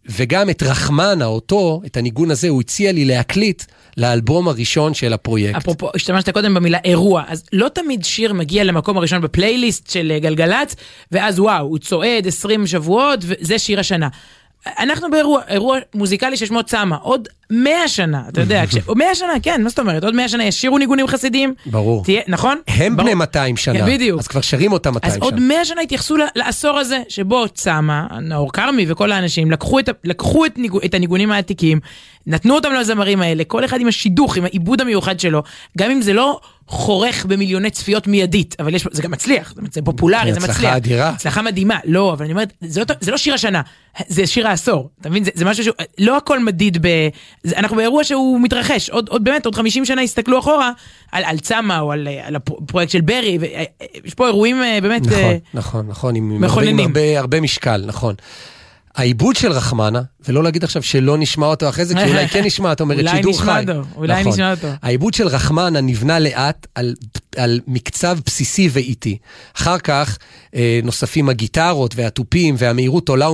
וגם את רחמנה, את הניגון הזה, הוא הציע לי להקליט לאלבום הראשון של הפרויקט. אפרופו, השתמשת קודם במילה אירוע, אז לא תמיד שיר מגיע למקום הראשון בפלייליסט של גלגלץ, ואז וואו, הוא צועד 20 שבועות, וזה שיר השנה. אנחנו באירוע מוזיקלי ששמו צמה, עוד 100 שנה, אתה יודע, 100 שנה, כן, מה זאת אומרת? עוד 100 שנה ישירו ניגונים חסידים. ברור. נכון? הם בני 200 שנה. כן, בדיוק. אז כבר שרים אותם 200 שנה. אז עוד 100 שנה התייחסו לעשור הזה, שבו צמה, נאור קרמי וכל האנשים, לקחו את הניגונים העתיקים, נתנו אותם לזמרים האלה, כל אחד עם השידוך, עם העיבוד המיוחד שלו, גם אם זה לא חורך במיליוני צפיות מיידית, אבל זה גם מצליח, זה פופולרי, זה מצליח. הצלחה אדירה. הצלחה מדהימה, לא, אבל אני אומרת, זה לא שיר השנה, זה שיר העשור, אתה מבין? זה משהו לא הכל מדיד אנחנו באירוע שהוא מתרחש, באמת, עוד 50 שנה הסתכלו אחורה, על צמה או על הפרויקט של ברי, ויש פה אירועים באמת נכון, עם הרבה משקל, נכון. העיבוד של רחמנה, ולא להגיד עכשיו שלא נשמע אותו אחרי זה, כי אולי כן נשמע, אתה אומרת שידור חי. אולי נשמע אותו. העיבוד של רחמנה נבנה לאט על מקצב בסיסי ואיטי. אחר כך נוספים הגיטרות והטופים והמהירות עולה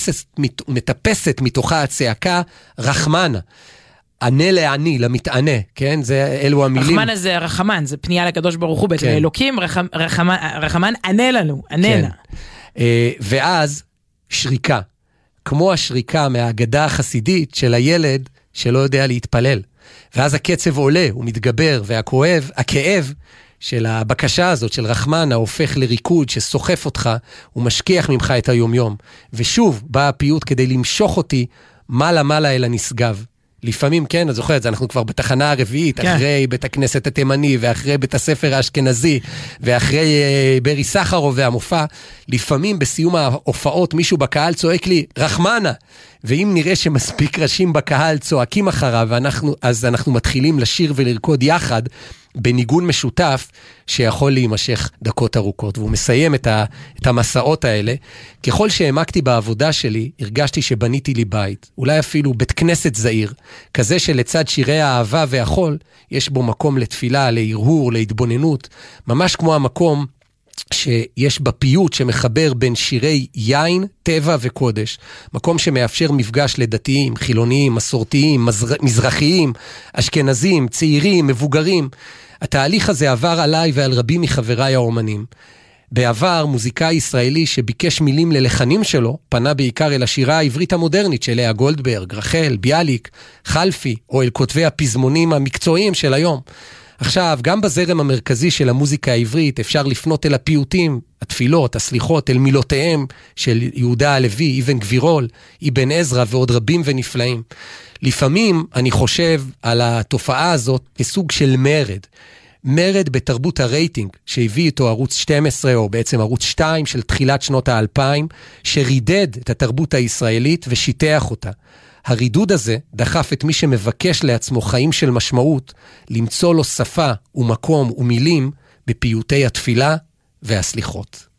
ומטפסת מתוכה הצעקה רחמנה. ענה לעני, למתענה, כן? אלו המילים. רחמנה זה הרחמן, זה פנייה לקדוש ברוך הוא, בעצם אלוקים, רחמן ענה לנו, עננה. ואז שריקה. כמו השריקה מהאגדה החסידית של הילד שלא יודע להתפלל. ואז הקצב עולה, הוא מתגבר, והכאב של הבקשה הזאת של רחמנה הופך לריקוד שסוחף אותך, הוא משכיח ממך את היומיום. ושוב, בא הפיוט כדי למשוך אותי מעלה אל הנשגב. לפעמים כן, את זוכרת, אנחנו כבר בתחנה הרביעית, אחרי בית הכנסת התימני, ואחרי בית הספר האשכנזי, ואחרי ברי סחרוב והמופע, לפעמים בסיום ההופעות מישהו בקהל צועק לי, רחמנה, ואם נראה שמספיק ראשים בקהל צועקים אחריו, אז אנחנו מתחילים לשיר ולרקוד יחד, בניגון משותף שיכול להימשך דקות ארוכות, והוא מסיים את המסעות האלה. ככל שהעמקתי בעבודה שלי, הרגשתי שבניתי לי בית, אולי אפילו בית כנסת זעיר, כזה שלצד שירי האהבה והחול, יש בו מקום לתפילה, להרהור, להתבוננות, ממש כמו המקום שיש בפיוט שמחבר בין שירי יין, טבע וקודש. מקום שמאפשר מפגש לדתיים, חילוניים, מסורתיים, מזרחיים, אשכנזים, צעירים, מבוגרים. התהליך הזה עבר עליי ועל רבים מחבריי האומנים. בעבר מוזיקאי ישראלי שביקש מילים ללחנים שלו, פנה בעיקר אל השירה העברית המודרנית של לאה גולדברג, רחל, ביאליק, חלפי, או אל כותבי הפזמונים המקצועיים של היום. עכשיו, גם בזרם המרכזי של המוזיקה העברית אפשר לפנות אל הפיוטים, התפילות, הסליחות, אל מילותיהם של יהודה הלוי, אבן גבירול, אבן עזרא ועוד רבים ונפלאים. לפעמים אני חושב על התופעה הזאת כסוג של מרד בתרבות הרייטינג, שהביא איתו ערוץ 12, או בעצם ערוץ 2 של תחילת שנות ה-2000, שרידד את התרבות הישראלית ושיטח אותה. הרידוד הזה דחף את מי שמבקש לעצמו חיים של משמעות, למצוא לו שפה ומקום ומילים בפיוטי התפילה והסליחות.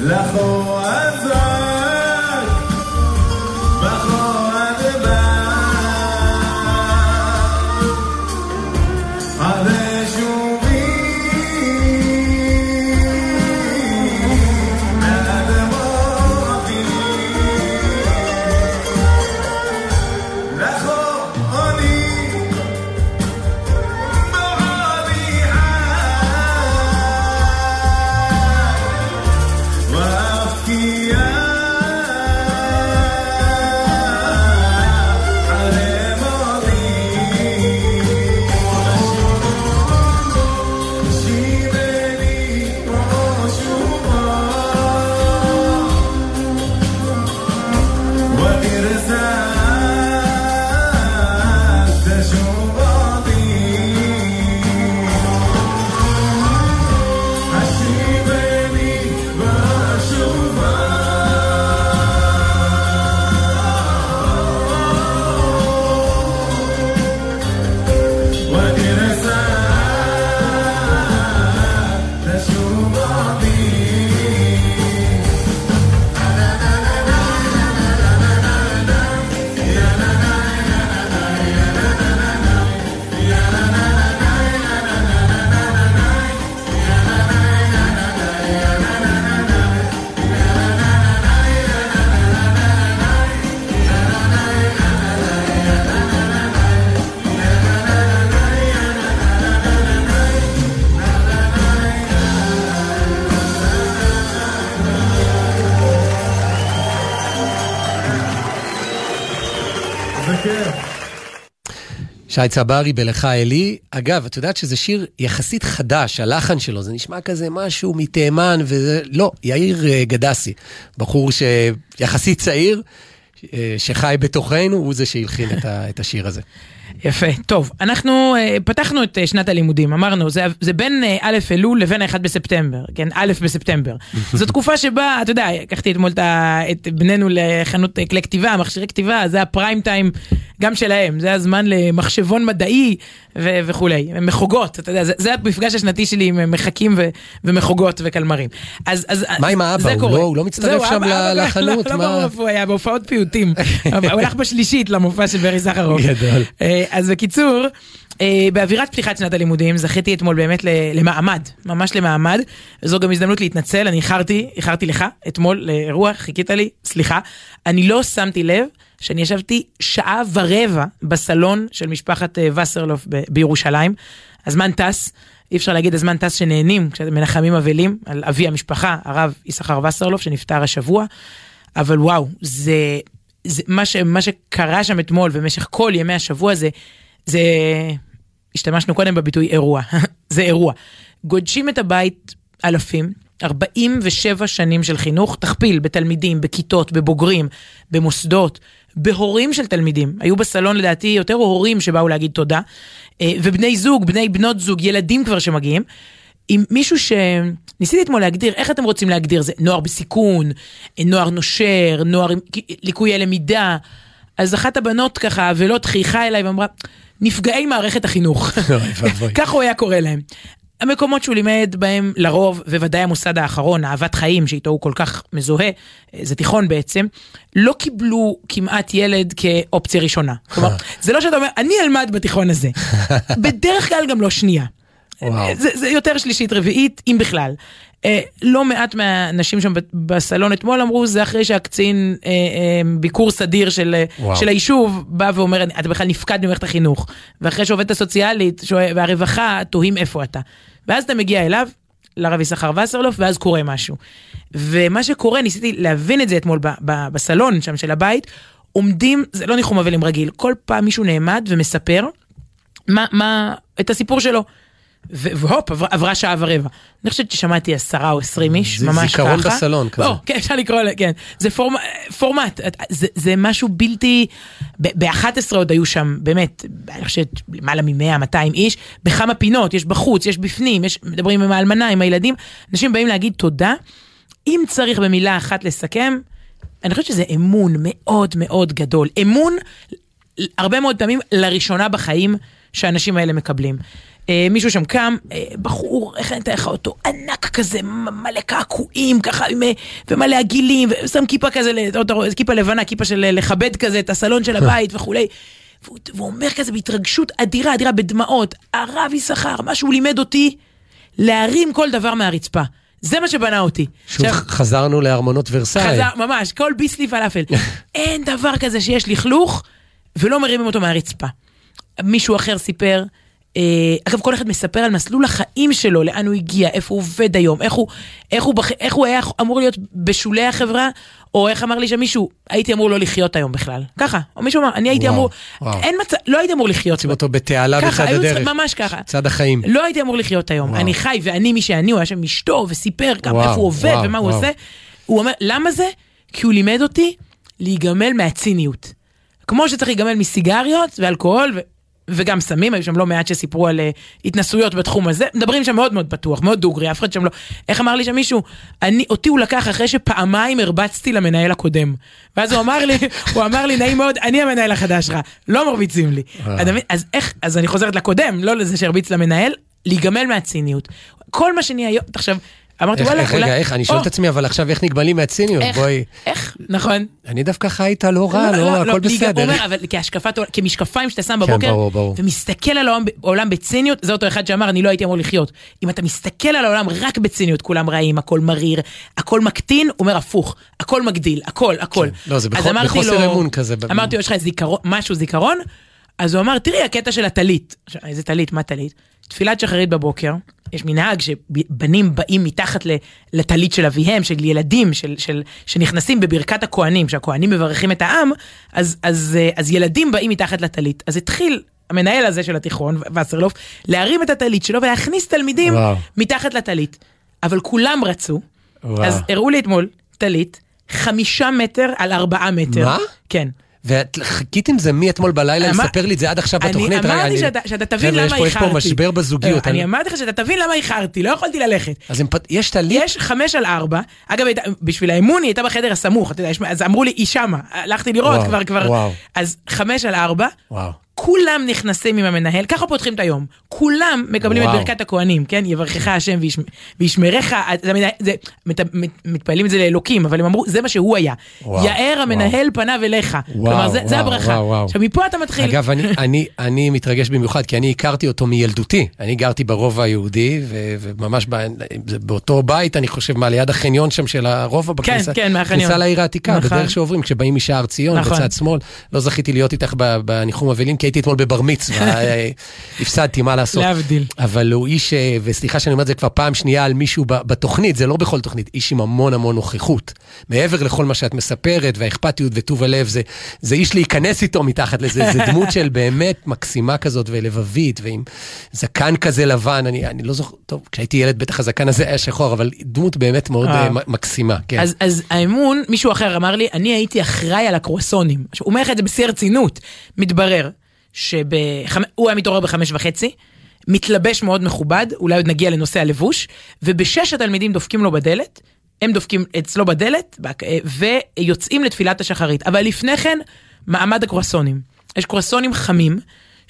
שי צברי בלך אלי. אגב, את יודעת שזה שיר יחסית חדש, הלחן שלו, זה נשמע כזה משהו מתימן, וזה לא, יאיר גדסי, בחור שיחסית צעיר, שחי בתוכנו, הוא זה שהלחין את השיר הזה. יפה, טוב, אנחנו פתחנו את שנת הלימודים, אמרנו, זה בין א' אלול לבין ה-1 בספטמבר, כן, א' בספטמבר. זו תקופה שבה, אתה יודע, לקחתי אתמול את בנינו לחנות כלי כתיבה, מכשירי כתיבה, זה הפריים טיים גם שלהם, זה הזמן למחשבון מדעי וכולי, מחוגות, אתה יודע, זה המפגש השנתי שלי עם מחקים ומחוגות וקלמרים. מה עם האבא? הוא לא מצטרף שם לחנות? לא, הוא היה בהופעות פיוטים, הוא הלך בשלישית למופע של ברי סחרוף. גדול. אז בקיצור, באווירת פתיחת שנת הלימודים, זכיתי אתמול באמת למעמד, ממש למעמד, וזו גם הזדמנות להתנצל, אני איחרתי לך אתמול לאירוע, חיכית לי, סליחה, אני לא שמתי לב שאני ישבתי 1.25 שעה בסלון של משפחת וסרלוף בירושלים, הזמן טס, אי אפשר להגיד הזמן טס שנהנים, כשמנחמים אבלים על אבי המשפחה, הרב יששכר וסרלוף, שנפטר השבוע, אבל וואו, זה מה שקרה שם אתמול במשך כל ימי השבוע זה השתמשנו קודם בביטוי אירוע, זה אירוע. גודשים את הבית אלפים, 47 שנים של חינוך, תכפיל בתלמידים, בכיתות, בבוגרים, במוסדות, בהורים של תלמידים. היו בסלון לדעתי יותר הורים שבאו להגיד תודה, ובני זוג, בנות זוג, ילדים כבר שמגיעים, עם מישהו שניסיתי אתמול להגדיר, איך אתם רוצים להגדיר זה? נוער בסיכון, נוער נושר, נוער עם ליקויי למידה. אז אחת הבנות ככה, ולא תחיכה אליי ואמרה, נפגעי מערכת החינוך. ככה הוא היה קורא להם. המקומות שהוא לימד בהם לרוב, וודאי המוסד האחרון, אהבת חיים, שאיתו הוא כל כך מזוהה, זה תיכון בעצם, לא קיבלו כמעט ילד כאופציה ראשונה. כלומר, זה לא שאתה אומר, אני אלמד בתיכון הזה. בדרך כלל גם לא שנייה. זה יותר שלישית רביעית, אם בכלל. לא מעט מהאנשים שם בסלון אתמול אמרו, זה אחרי שהקצין ביקור סדיר של היישוב, בא ואומר, אתה בכלל נפקד במערכת החינוך, ואחרי שעובדת הסוציאלית והרווחה, תוהים איפה אתה. ואז אתה מגיע אליו, לרב יששכר וסרלוף, ואז קורה משהו. ומה שקורה, ניסיתי להבין את זה אתמול בסלון שם של הבית, עומדים, זה לא ניחום אבלים רגיל, כל פעם מישהו נעמד ומספר את הסיפור שלו. והופ, עברה 1.25 שעה. אני חושבת ששמעתי 10 או 20 איש, ממש ככה. זיכרון בסלון כזה. כן, אפשר לקרוא, כן. זה פורמט, זה משהו בלתי, ב-11 עוד היו שם, באמת, אני חושבת, למעלה מ-100-200 איש, בכמה פינות, יש בחוץ, יש בפנים, מדברים עם האלמנה, עם הילדים, אנשים באים להגיד תודה, אם צריך במילה אחת לסכם, אני חושבת שזה אמון מאוד מאוד גדול. אמון, הרבה מאוד פעמים, לראשונה בחיים, שהאנשים האלה מקבלים. מישהו שם קם, בחור, איך אני אתאר לך אותו, ענק כזה, מלא קעקועים, ככה, ומלא עגילים, ושם כיפה כזה, כיפה לבנה, כיפה של לכבד כזה, את הסלון של הבית וכולי, והוא אומר כזה בהתרגשות אדירה, אדירה בדמעות, הרב יששכר, מה שהוא לימד אותי, להרים כל דבר מהרצפה. זה מה שבנה אותי. שוב חזרנו לארמונות ורסאי. ממש, כל ביסלי פלאפל. אין דבר כזה שיש לכלוך, ולא מרימים אותו מהרצפה. מישהו אחר סיפר, אגב, כל אחד מספר על מסלול החיים שלו, לאן הוא הגיע, איפה הוא עובד היום, איך הוא היה אמור להיות בשולי החברה, או איך אמר לי שמישהו, הייתי אמור לא לחיות היום בכלל. ככה, או מישהו אמר, אני הייתי אמור, לא הייתי אמור לחיות. שים אותו בתעלה בצד הדרך. ממש ככה. צד החיים. לא הייתי אמור לחיות היום. אני חי, ואני מי שאני, הוא היה שם משתו, וסיפר כמה איפה הוא עובד, ומה הוא עושה. הוא אומר, למה זה? כי הוא לימד אותי להיגמל מהציניות. כמו שצריך להיגמל מסיגריות ואלכוהול וגם סמים, היו שם לא מעט שסיפרו על התנסויות בתחום הזה, מדברים שם מאוד מאוד פתוח, מאוד דוגרי, אף אחד שם לא, איך אמר לי שם מישהו, אותי הוא לקח אחרי שפעמיים הרבצתי למנהל הקודם, ואז הוא אמר לי, נעים מאוד, אני המנהל החדש שלך, לא מרביצים לי, אז אני חוזרת לקודם, לא לזה שהרביץ למנהל, להיגמל מהציניות, כל מה שאני היום, תחשב, אמרתי, רגע, איך? אני שואל את עצמי, אבל עכשיו איך נגמלים מהציניות? איך? נכון. אני דווקא חי איתה לא רע, לא, הכל בסדר. הוא אומר, אבל כמשקפיים שאתה שם בבוקר, ומסתכל על העולם בציניות, זה אותו אחד שאמר, אני לא הייתי אמור לחיות. אם אתה מסתכל על העולם רק בציניות, כולם רעים, הכל מריר, הכל מקטין, הוא אומר הפוך, הכל מגדיל, הכל. לא, זה בחוסר אמון כזה. אמרתי, יש לך משהו זיכרון? אז הוא אמר, תראי, הקטע של התלית. איזה תלית, מה תלית? תפילת שחרית בבוקר, יש מנהג שבנים באים מתחת לתלית של אביהם, של ילדים, שנכנסים בברכת הכהנים, שהכהנים מברכים את העם, אז ילדים באים מתחת לתלית. אז התחיל המנהל הזה של התיכון, וסרלוף, להרים את התלית שלו ולהכניס תלמידים מתחת לתלית. אבל כולם רצו, אז הראו לי אתמול תלית, 5 מטר על 4 מטר. מה? כן. וחיכית עם זה מאתמול בלילה, לספר לי את זה עד עכשיו בתוכנית. אני אמרתי שאתה תבין למה איחרתי. יש פה משבר בזוגיות. אני אמרתי לך שאתה תבין למה איחרתי, לא יכולתי ללכת. אז יש תלית? יש 5 על 4, אגב, בשביל האמון היא הייתה בחדר הסמוך, אז אמרו לי, היא שמה, הלכתי לראות כבר, אז 5 על 4, כולם נכנסים עם המנהל, ככה פותחים את היום, כולם מקבלים את ברכת הכהנים, כן? יברכך השם וישמרך, מתפעלים את זה לאלוקים, אבל הם אמרו, זה מה שהוא היה. יאר המנהל פניו אליך. כלומר, זה הברכה. עכשיו, מפה אתה מתחיל. אגב, אני מתרגש במיוחד, כי אני הכרתי אותו מילדותי. אני גרתי ברובע היהודי, וממש באותו בית, אני חושב, מה ליד החניון שם של הרובע בכניסה. כן, מהחניון. כניסה לעיר העתיקה, בדרך שעוברים, כשבאים משער ציון, בצד שמאל. לא זכיתי להיות איתך בניחום אבלים, כי הייתי אתמול בבר מצווה, הפסדתי, מה לעשות. להבדיל. אבל הוא איש, וסליחה שאני אומר את זה כבר פעם שנייה על מישהו בתוכנית, זה לא בכל תוכנית, איש עם המון המון נוכחות. מעבר לכל מה שאת מספרת, והאכפתיות וטוב הלב, זה איש להיכנס איתו מתחת לזה, זה דמות של באמת מקסימה כזאת ולבבית, ועם זקן כזה לבן, אני לא זוכר, טוב, כשהייתי ילד בטח הזקן הזה היה שחור, אבל דמות באמת מאוד מקסימה. אז האמון, מישהו אחר אמר לי, אני הייתי אחראי על הקרואסונים. הוא אומר לך את זה בשיא הרצינות, מתברר. שהוא היה מתעורר ב5:30, מתלבש מאוד מכובד, אולי עוד נגיע לנושא הלבוש, וב6 התלמידים דופקים לו בדלת, הם דופקים אצלו בדלת, ויוצאים לתפילת השחרית. אבל לפני כן, מעמד הקרואסונים. יש קרואסונים חמים,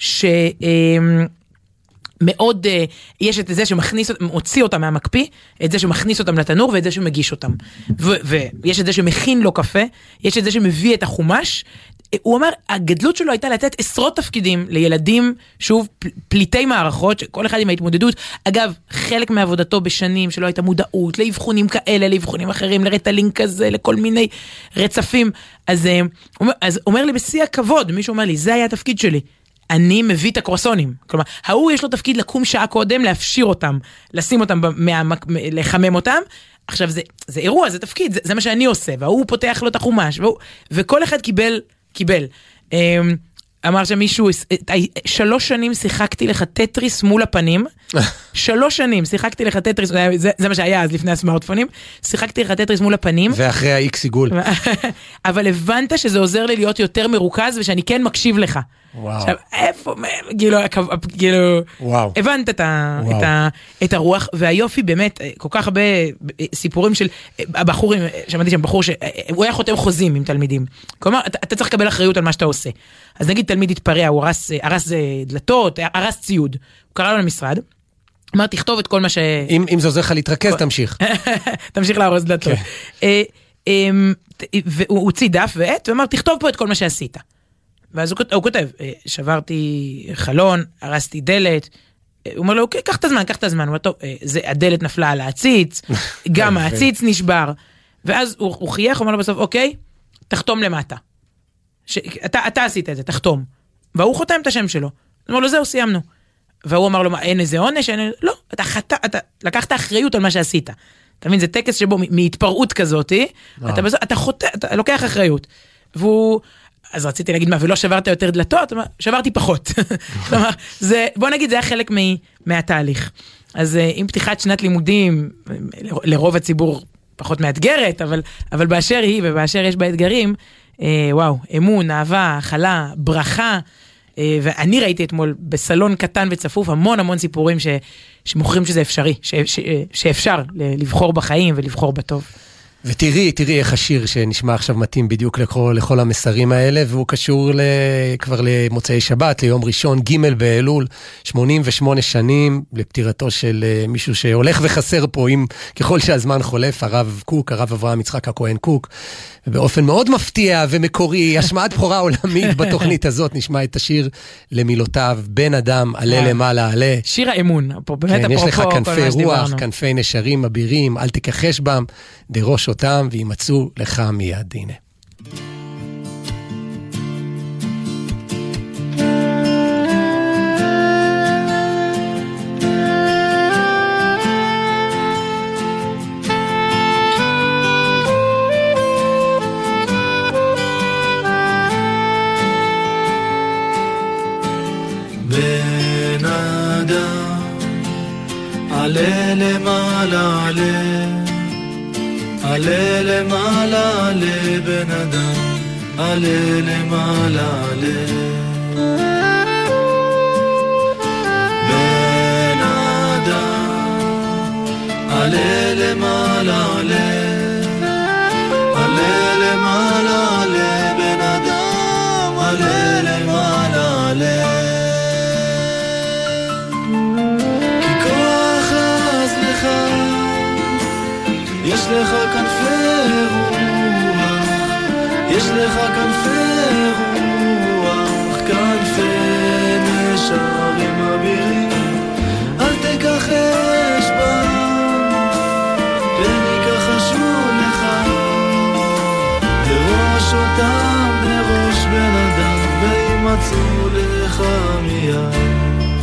מאוד, יש את זה שמכניס, מוציא אותם מהמקפיא, את זה שמכניס אותם לתנור, ואת זה שמגיש אותם. ויש את זה שמכין לו קפה, יש את זה שמביא את החומש, הוא אומר, הגדלות שלו הייתה לתת עשרות תפקידים לילדים, שוב, פליטי מערכות, כל אחד עם ההתמודדות. אגב, חלק מעבודתו בשנים שלא הייתה מודעות, לאבחונים כאלה, לאבחונים אחרים, לרטלין כזה, לכל מיני רצפים. אז אומר לי, בשיא הכבוד, מישהו אומר לי, זה היה התפקיד שלי. אני מביא את הקרואסונים. כלומר, ההוא יש לו תפקיד לקום שעה קודם, להפשיר אותם, לשים אותם, לחמם אותם. עכשיו, זה אירוע, זה תפקיד, זה מה שאני עושה, והוא פותח לו את החומש, וכל אחד קיבל. אמר שמישהו, 3 שנים שיחקתי לך טטריס מול הפנים, 3 שנים שיחקתי לך טטריס, זה מה שהיה אז לפני הסמארטפונים, שיחקתי לך טטריס מול הפנים. ואחרי האיקס עיגול. אבל הבנת שזה עוזר לי להיות יותר מרוכז, ושאני כן מקשיב לך. עכשיו, איפה, כאילו, הבנת את הרוח, והיופי באמת, כל כך הרבה סיפורים של הבחורים, שמעתי שם בחור שהוא היה חותם חוזים עם תלמידים. כלומר, אתה צריך לקבל אחריות על מה שאתה עושה. אז נגיד תלמיד התפרע, הוא הרס דלתות, הרס ציוד. הוא קרא לו למשרד, אמר, תכתוב את כל מה ש... אם זה עוזר לך להתרכז, תמשיך. תמשיך להרוס דלתות. והוא הוציא דף ועט, ואמר, תכתוב פה את כל מה שעשית. ואז הוא כותב, שברתי חלון, הרסתי דלת, הוא אומר לו, אוקיי, קח את הזמן, הוא אומר, טוב, הדלת נפלה על העציץ, גם העציץ נשבר, ואז הוא חייך, הוא אומר לו בסוף, אוקיי, תחתום למטה. אתה עשית את זה, תחתום. והוא חותם את השם שלו. הוא אומר לו, זהו, סיימנו. והוא אמר לו, מה, אין איזה עונש? לא, אתה לקחת אחריות על מה שעשית. אתה מבין, זה טקס שבו מהתפרעות כזאת, אתה לוקח אחריות. אז רציתי להגיד מה, ולא שברת יותר דלתות? שברתי פחות. כלומר, בוא נגיד, זה היה חלק מהתהליך. אז עם פתיחת שנת לימודים, לרוב הציבור פחות מאתגרת, אבל באשר היא ובאשר יש בה אתגרים, וואו, אמון, אהבה, הכלה, ברכה, ואני ראיתי אתמול בסלון קטן וצפוף המון סיפורים שמוכרים שזה אפשרי, שאפשר לבחור בחיים ולבחור בטוב. ותראי איך השיר שנשמע עכשיו מתאים בדיוק לכל המסרים האלה, והוא קשור כבר למוצאי שבת, ליום ראשון, ג' באלול, 88 שנים לפטירתו של מישהו שהולך וחסר פה, ככל שהזמן חולף, הרב קוק, הרב אברהם יצחק הכהן קוק, ובאופן מאוד מפתיע ומקורי, השמעת בכורה עולמית בתוכנית הזאת, נשמע את השיר למילותיו, בן אדם, עלה למעלה, עלה. שיר האמון, כן, יש לך כנפי רוח, כנפי נשרים אבירים, אל תכחש בם, דרוש אותם וימצאו לך מיד. הנה. בן אדם, עלה למעלה, עלה למעלה, עלה בן אדם, עלה למעלה, עלה בן אדם, עלה למעלה, עלה למעלה, עלה בן אדם, עלה למעלה, עלה יש לך כנפי רוח, יש לך כנפי רוח, כנפי נשרים אבירים, אל תכחש בם, פן יכחשו לך, דרוש אותם, דרוש בן אדם, וימצאו לך מיד.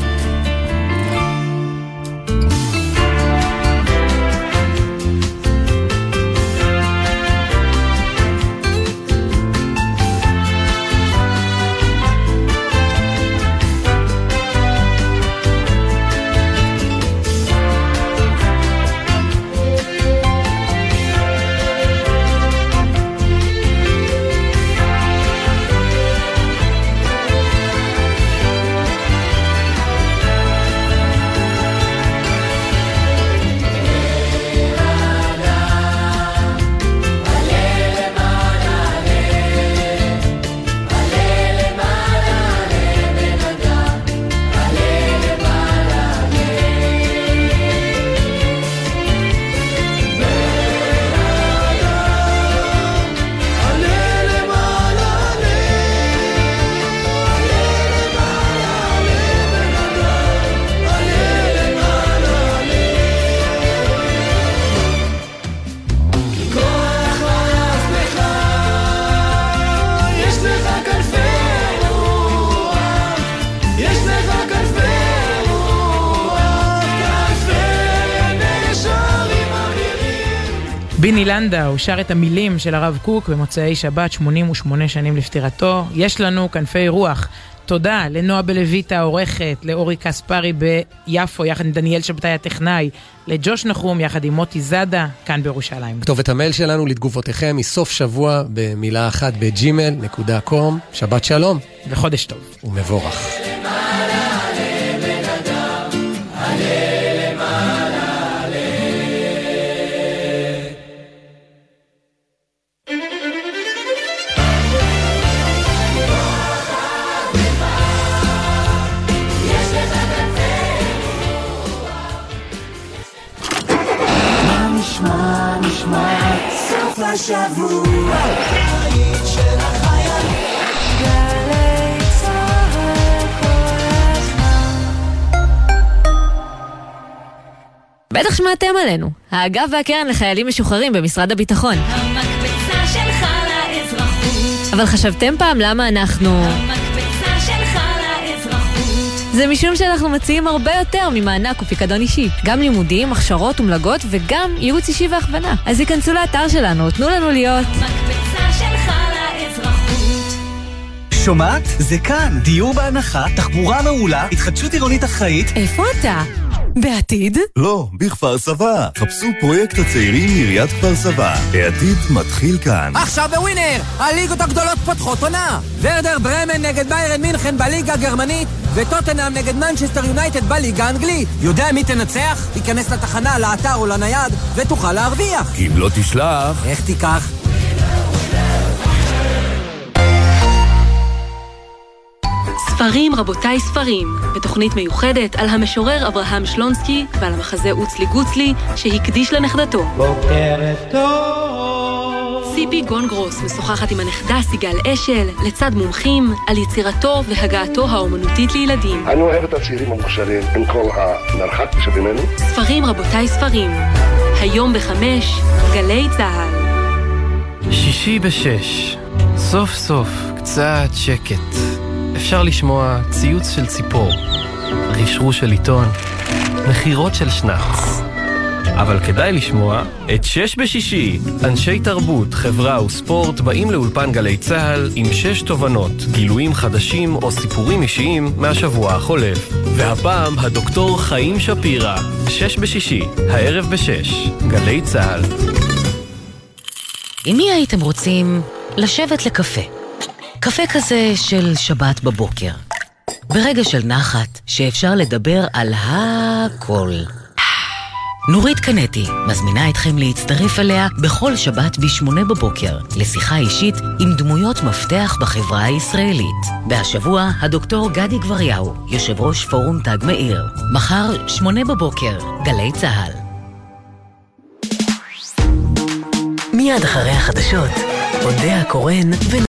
ביני לנדאו שר את המילים של הרב קוק במוצאי שבת 88 שנים לפטירתו. יש לנו כנפי רוח, תודה לנועה בלויטה העורכת, לאורי קספרי ביפו יחד עם דניאל שבתאי הטכנאי, לג'וש נחום יחד עם מוטי זאדה כאן בירושלים. כתובת המייל שלנו לתגובותיכם היא סוף שבוע במילה אחת ב@gmail.com. שבת שלום וחודש טוב ומבורך. נשמע סוף השבוע היית של החיילים גלי צהל כל הזמן. בטח שמעתם עלינו, האגף והקרן לחיילים משוחררים במשרד הביטחון. המקבצה שלך לאזרחות. אבל חשבתם פעם למה אנחנו... המקבצה שלך לאזרחות. זה משום שאנחנו מציעים הרבה יותר ממענק ופיקדון אישי. גם לימודים, הכשרות ומלגות וגם ייעוץ אישי והכוונה. אז ייכנסו לאתר שלנו, תנו לנו להיות. המקבצה שלך לאזרחות. שומעת? זה כאן. דיור בהנחה, תחבורה מעולה, התחדשות עירונית אחראית. איפה אתה? בעתיד? לא, בכפר סבא. חפשו פרויקט הצעירים מעיריית כפר סבא. העתיד מתחיל כאן. עכשיו בווינר, הליגות הגדולות פותחות עונה. ורדר ברמן נגד ביירן מינכן בליגה הגרמנית, וטוטנהאם נגד מנצ'סטר יונייטד בליגה האנגלית. יודע מי תנצח? תיכנס לתחנה, לאתר או לנייד, ותוכל להרוויח. אם לא תשלח... איך תיקח? ספרים רבותיי ספרים, בתוכנית מיוחדת על המשורר אברהם שלונסקי ועל המחזה אוצלי גוצלי שהקדיש לנכדתו. בוקרת טוב. ציפי גונגרוס משוחחת עם הנכדה סיגל אשל לצד מומחים על יצירתו והגעתו האומנותית לילדים. אני אוהב את הצעירים המוכשרים עם כל המרחק שבינינו. ספרים רבותיי ספרים, היום ב5, גלי צהל. שישי ב6, סוף סוף קצת שקט. אפשר לשמוע ציוץ של ציפור, רשרוש של עיתון, מחירות של שנץ. אבל כדאי לשמוע את 6 בשישי. אנשי תרבות, חברה וספורט באים לאולפן גלי צהל עם 6 תובנות, גילויים חדשים או סיפורים אישיים מהשבוע החולף. והפעם הדוקטור חיים שפירא. 6 בשישי, הערב ב6, גלי צהל. עם מי הייתם רוצים לשבת לקפה? קפה כזה של שבת בבוקר. ברגע של נחת שאפשר לדבר על הכל. נורית קנטי מזמינה אתכם להצטרף אליה בכל שבת ב8 בבוקר לשיחה אישית עם דמויות מפתח בחברה הישראלית. והשבוע הדוקטור גדי גבריהו, יושב ראש פורום תג מאיר. מחר 8 בבוקר, גלי צהל. מיד אחרי החדשות, אודיה קורן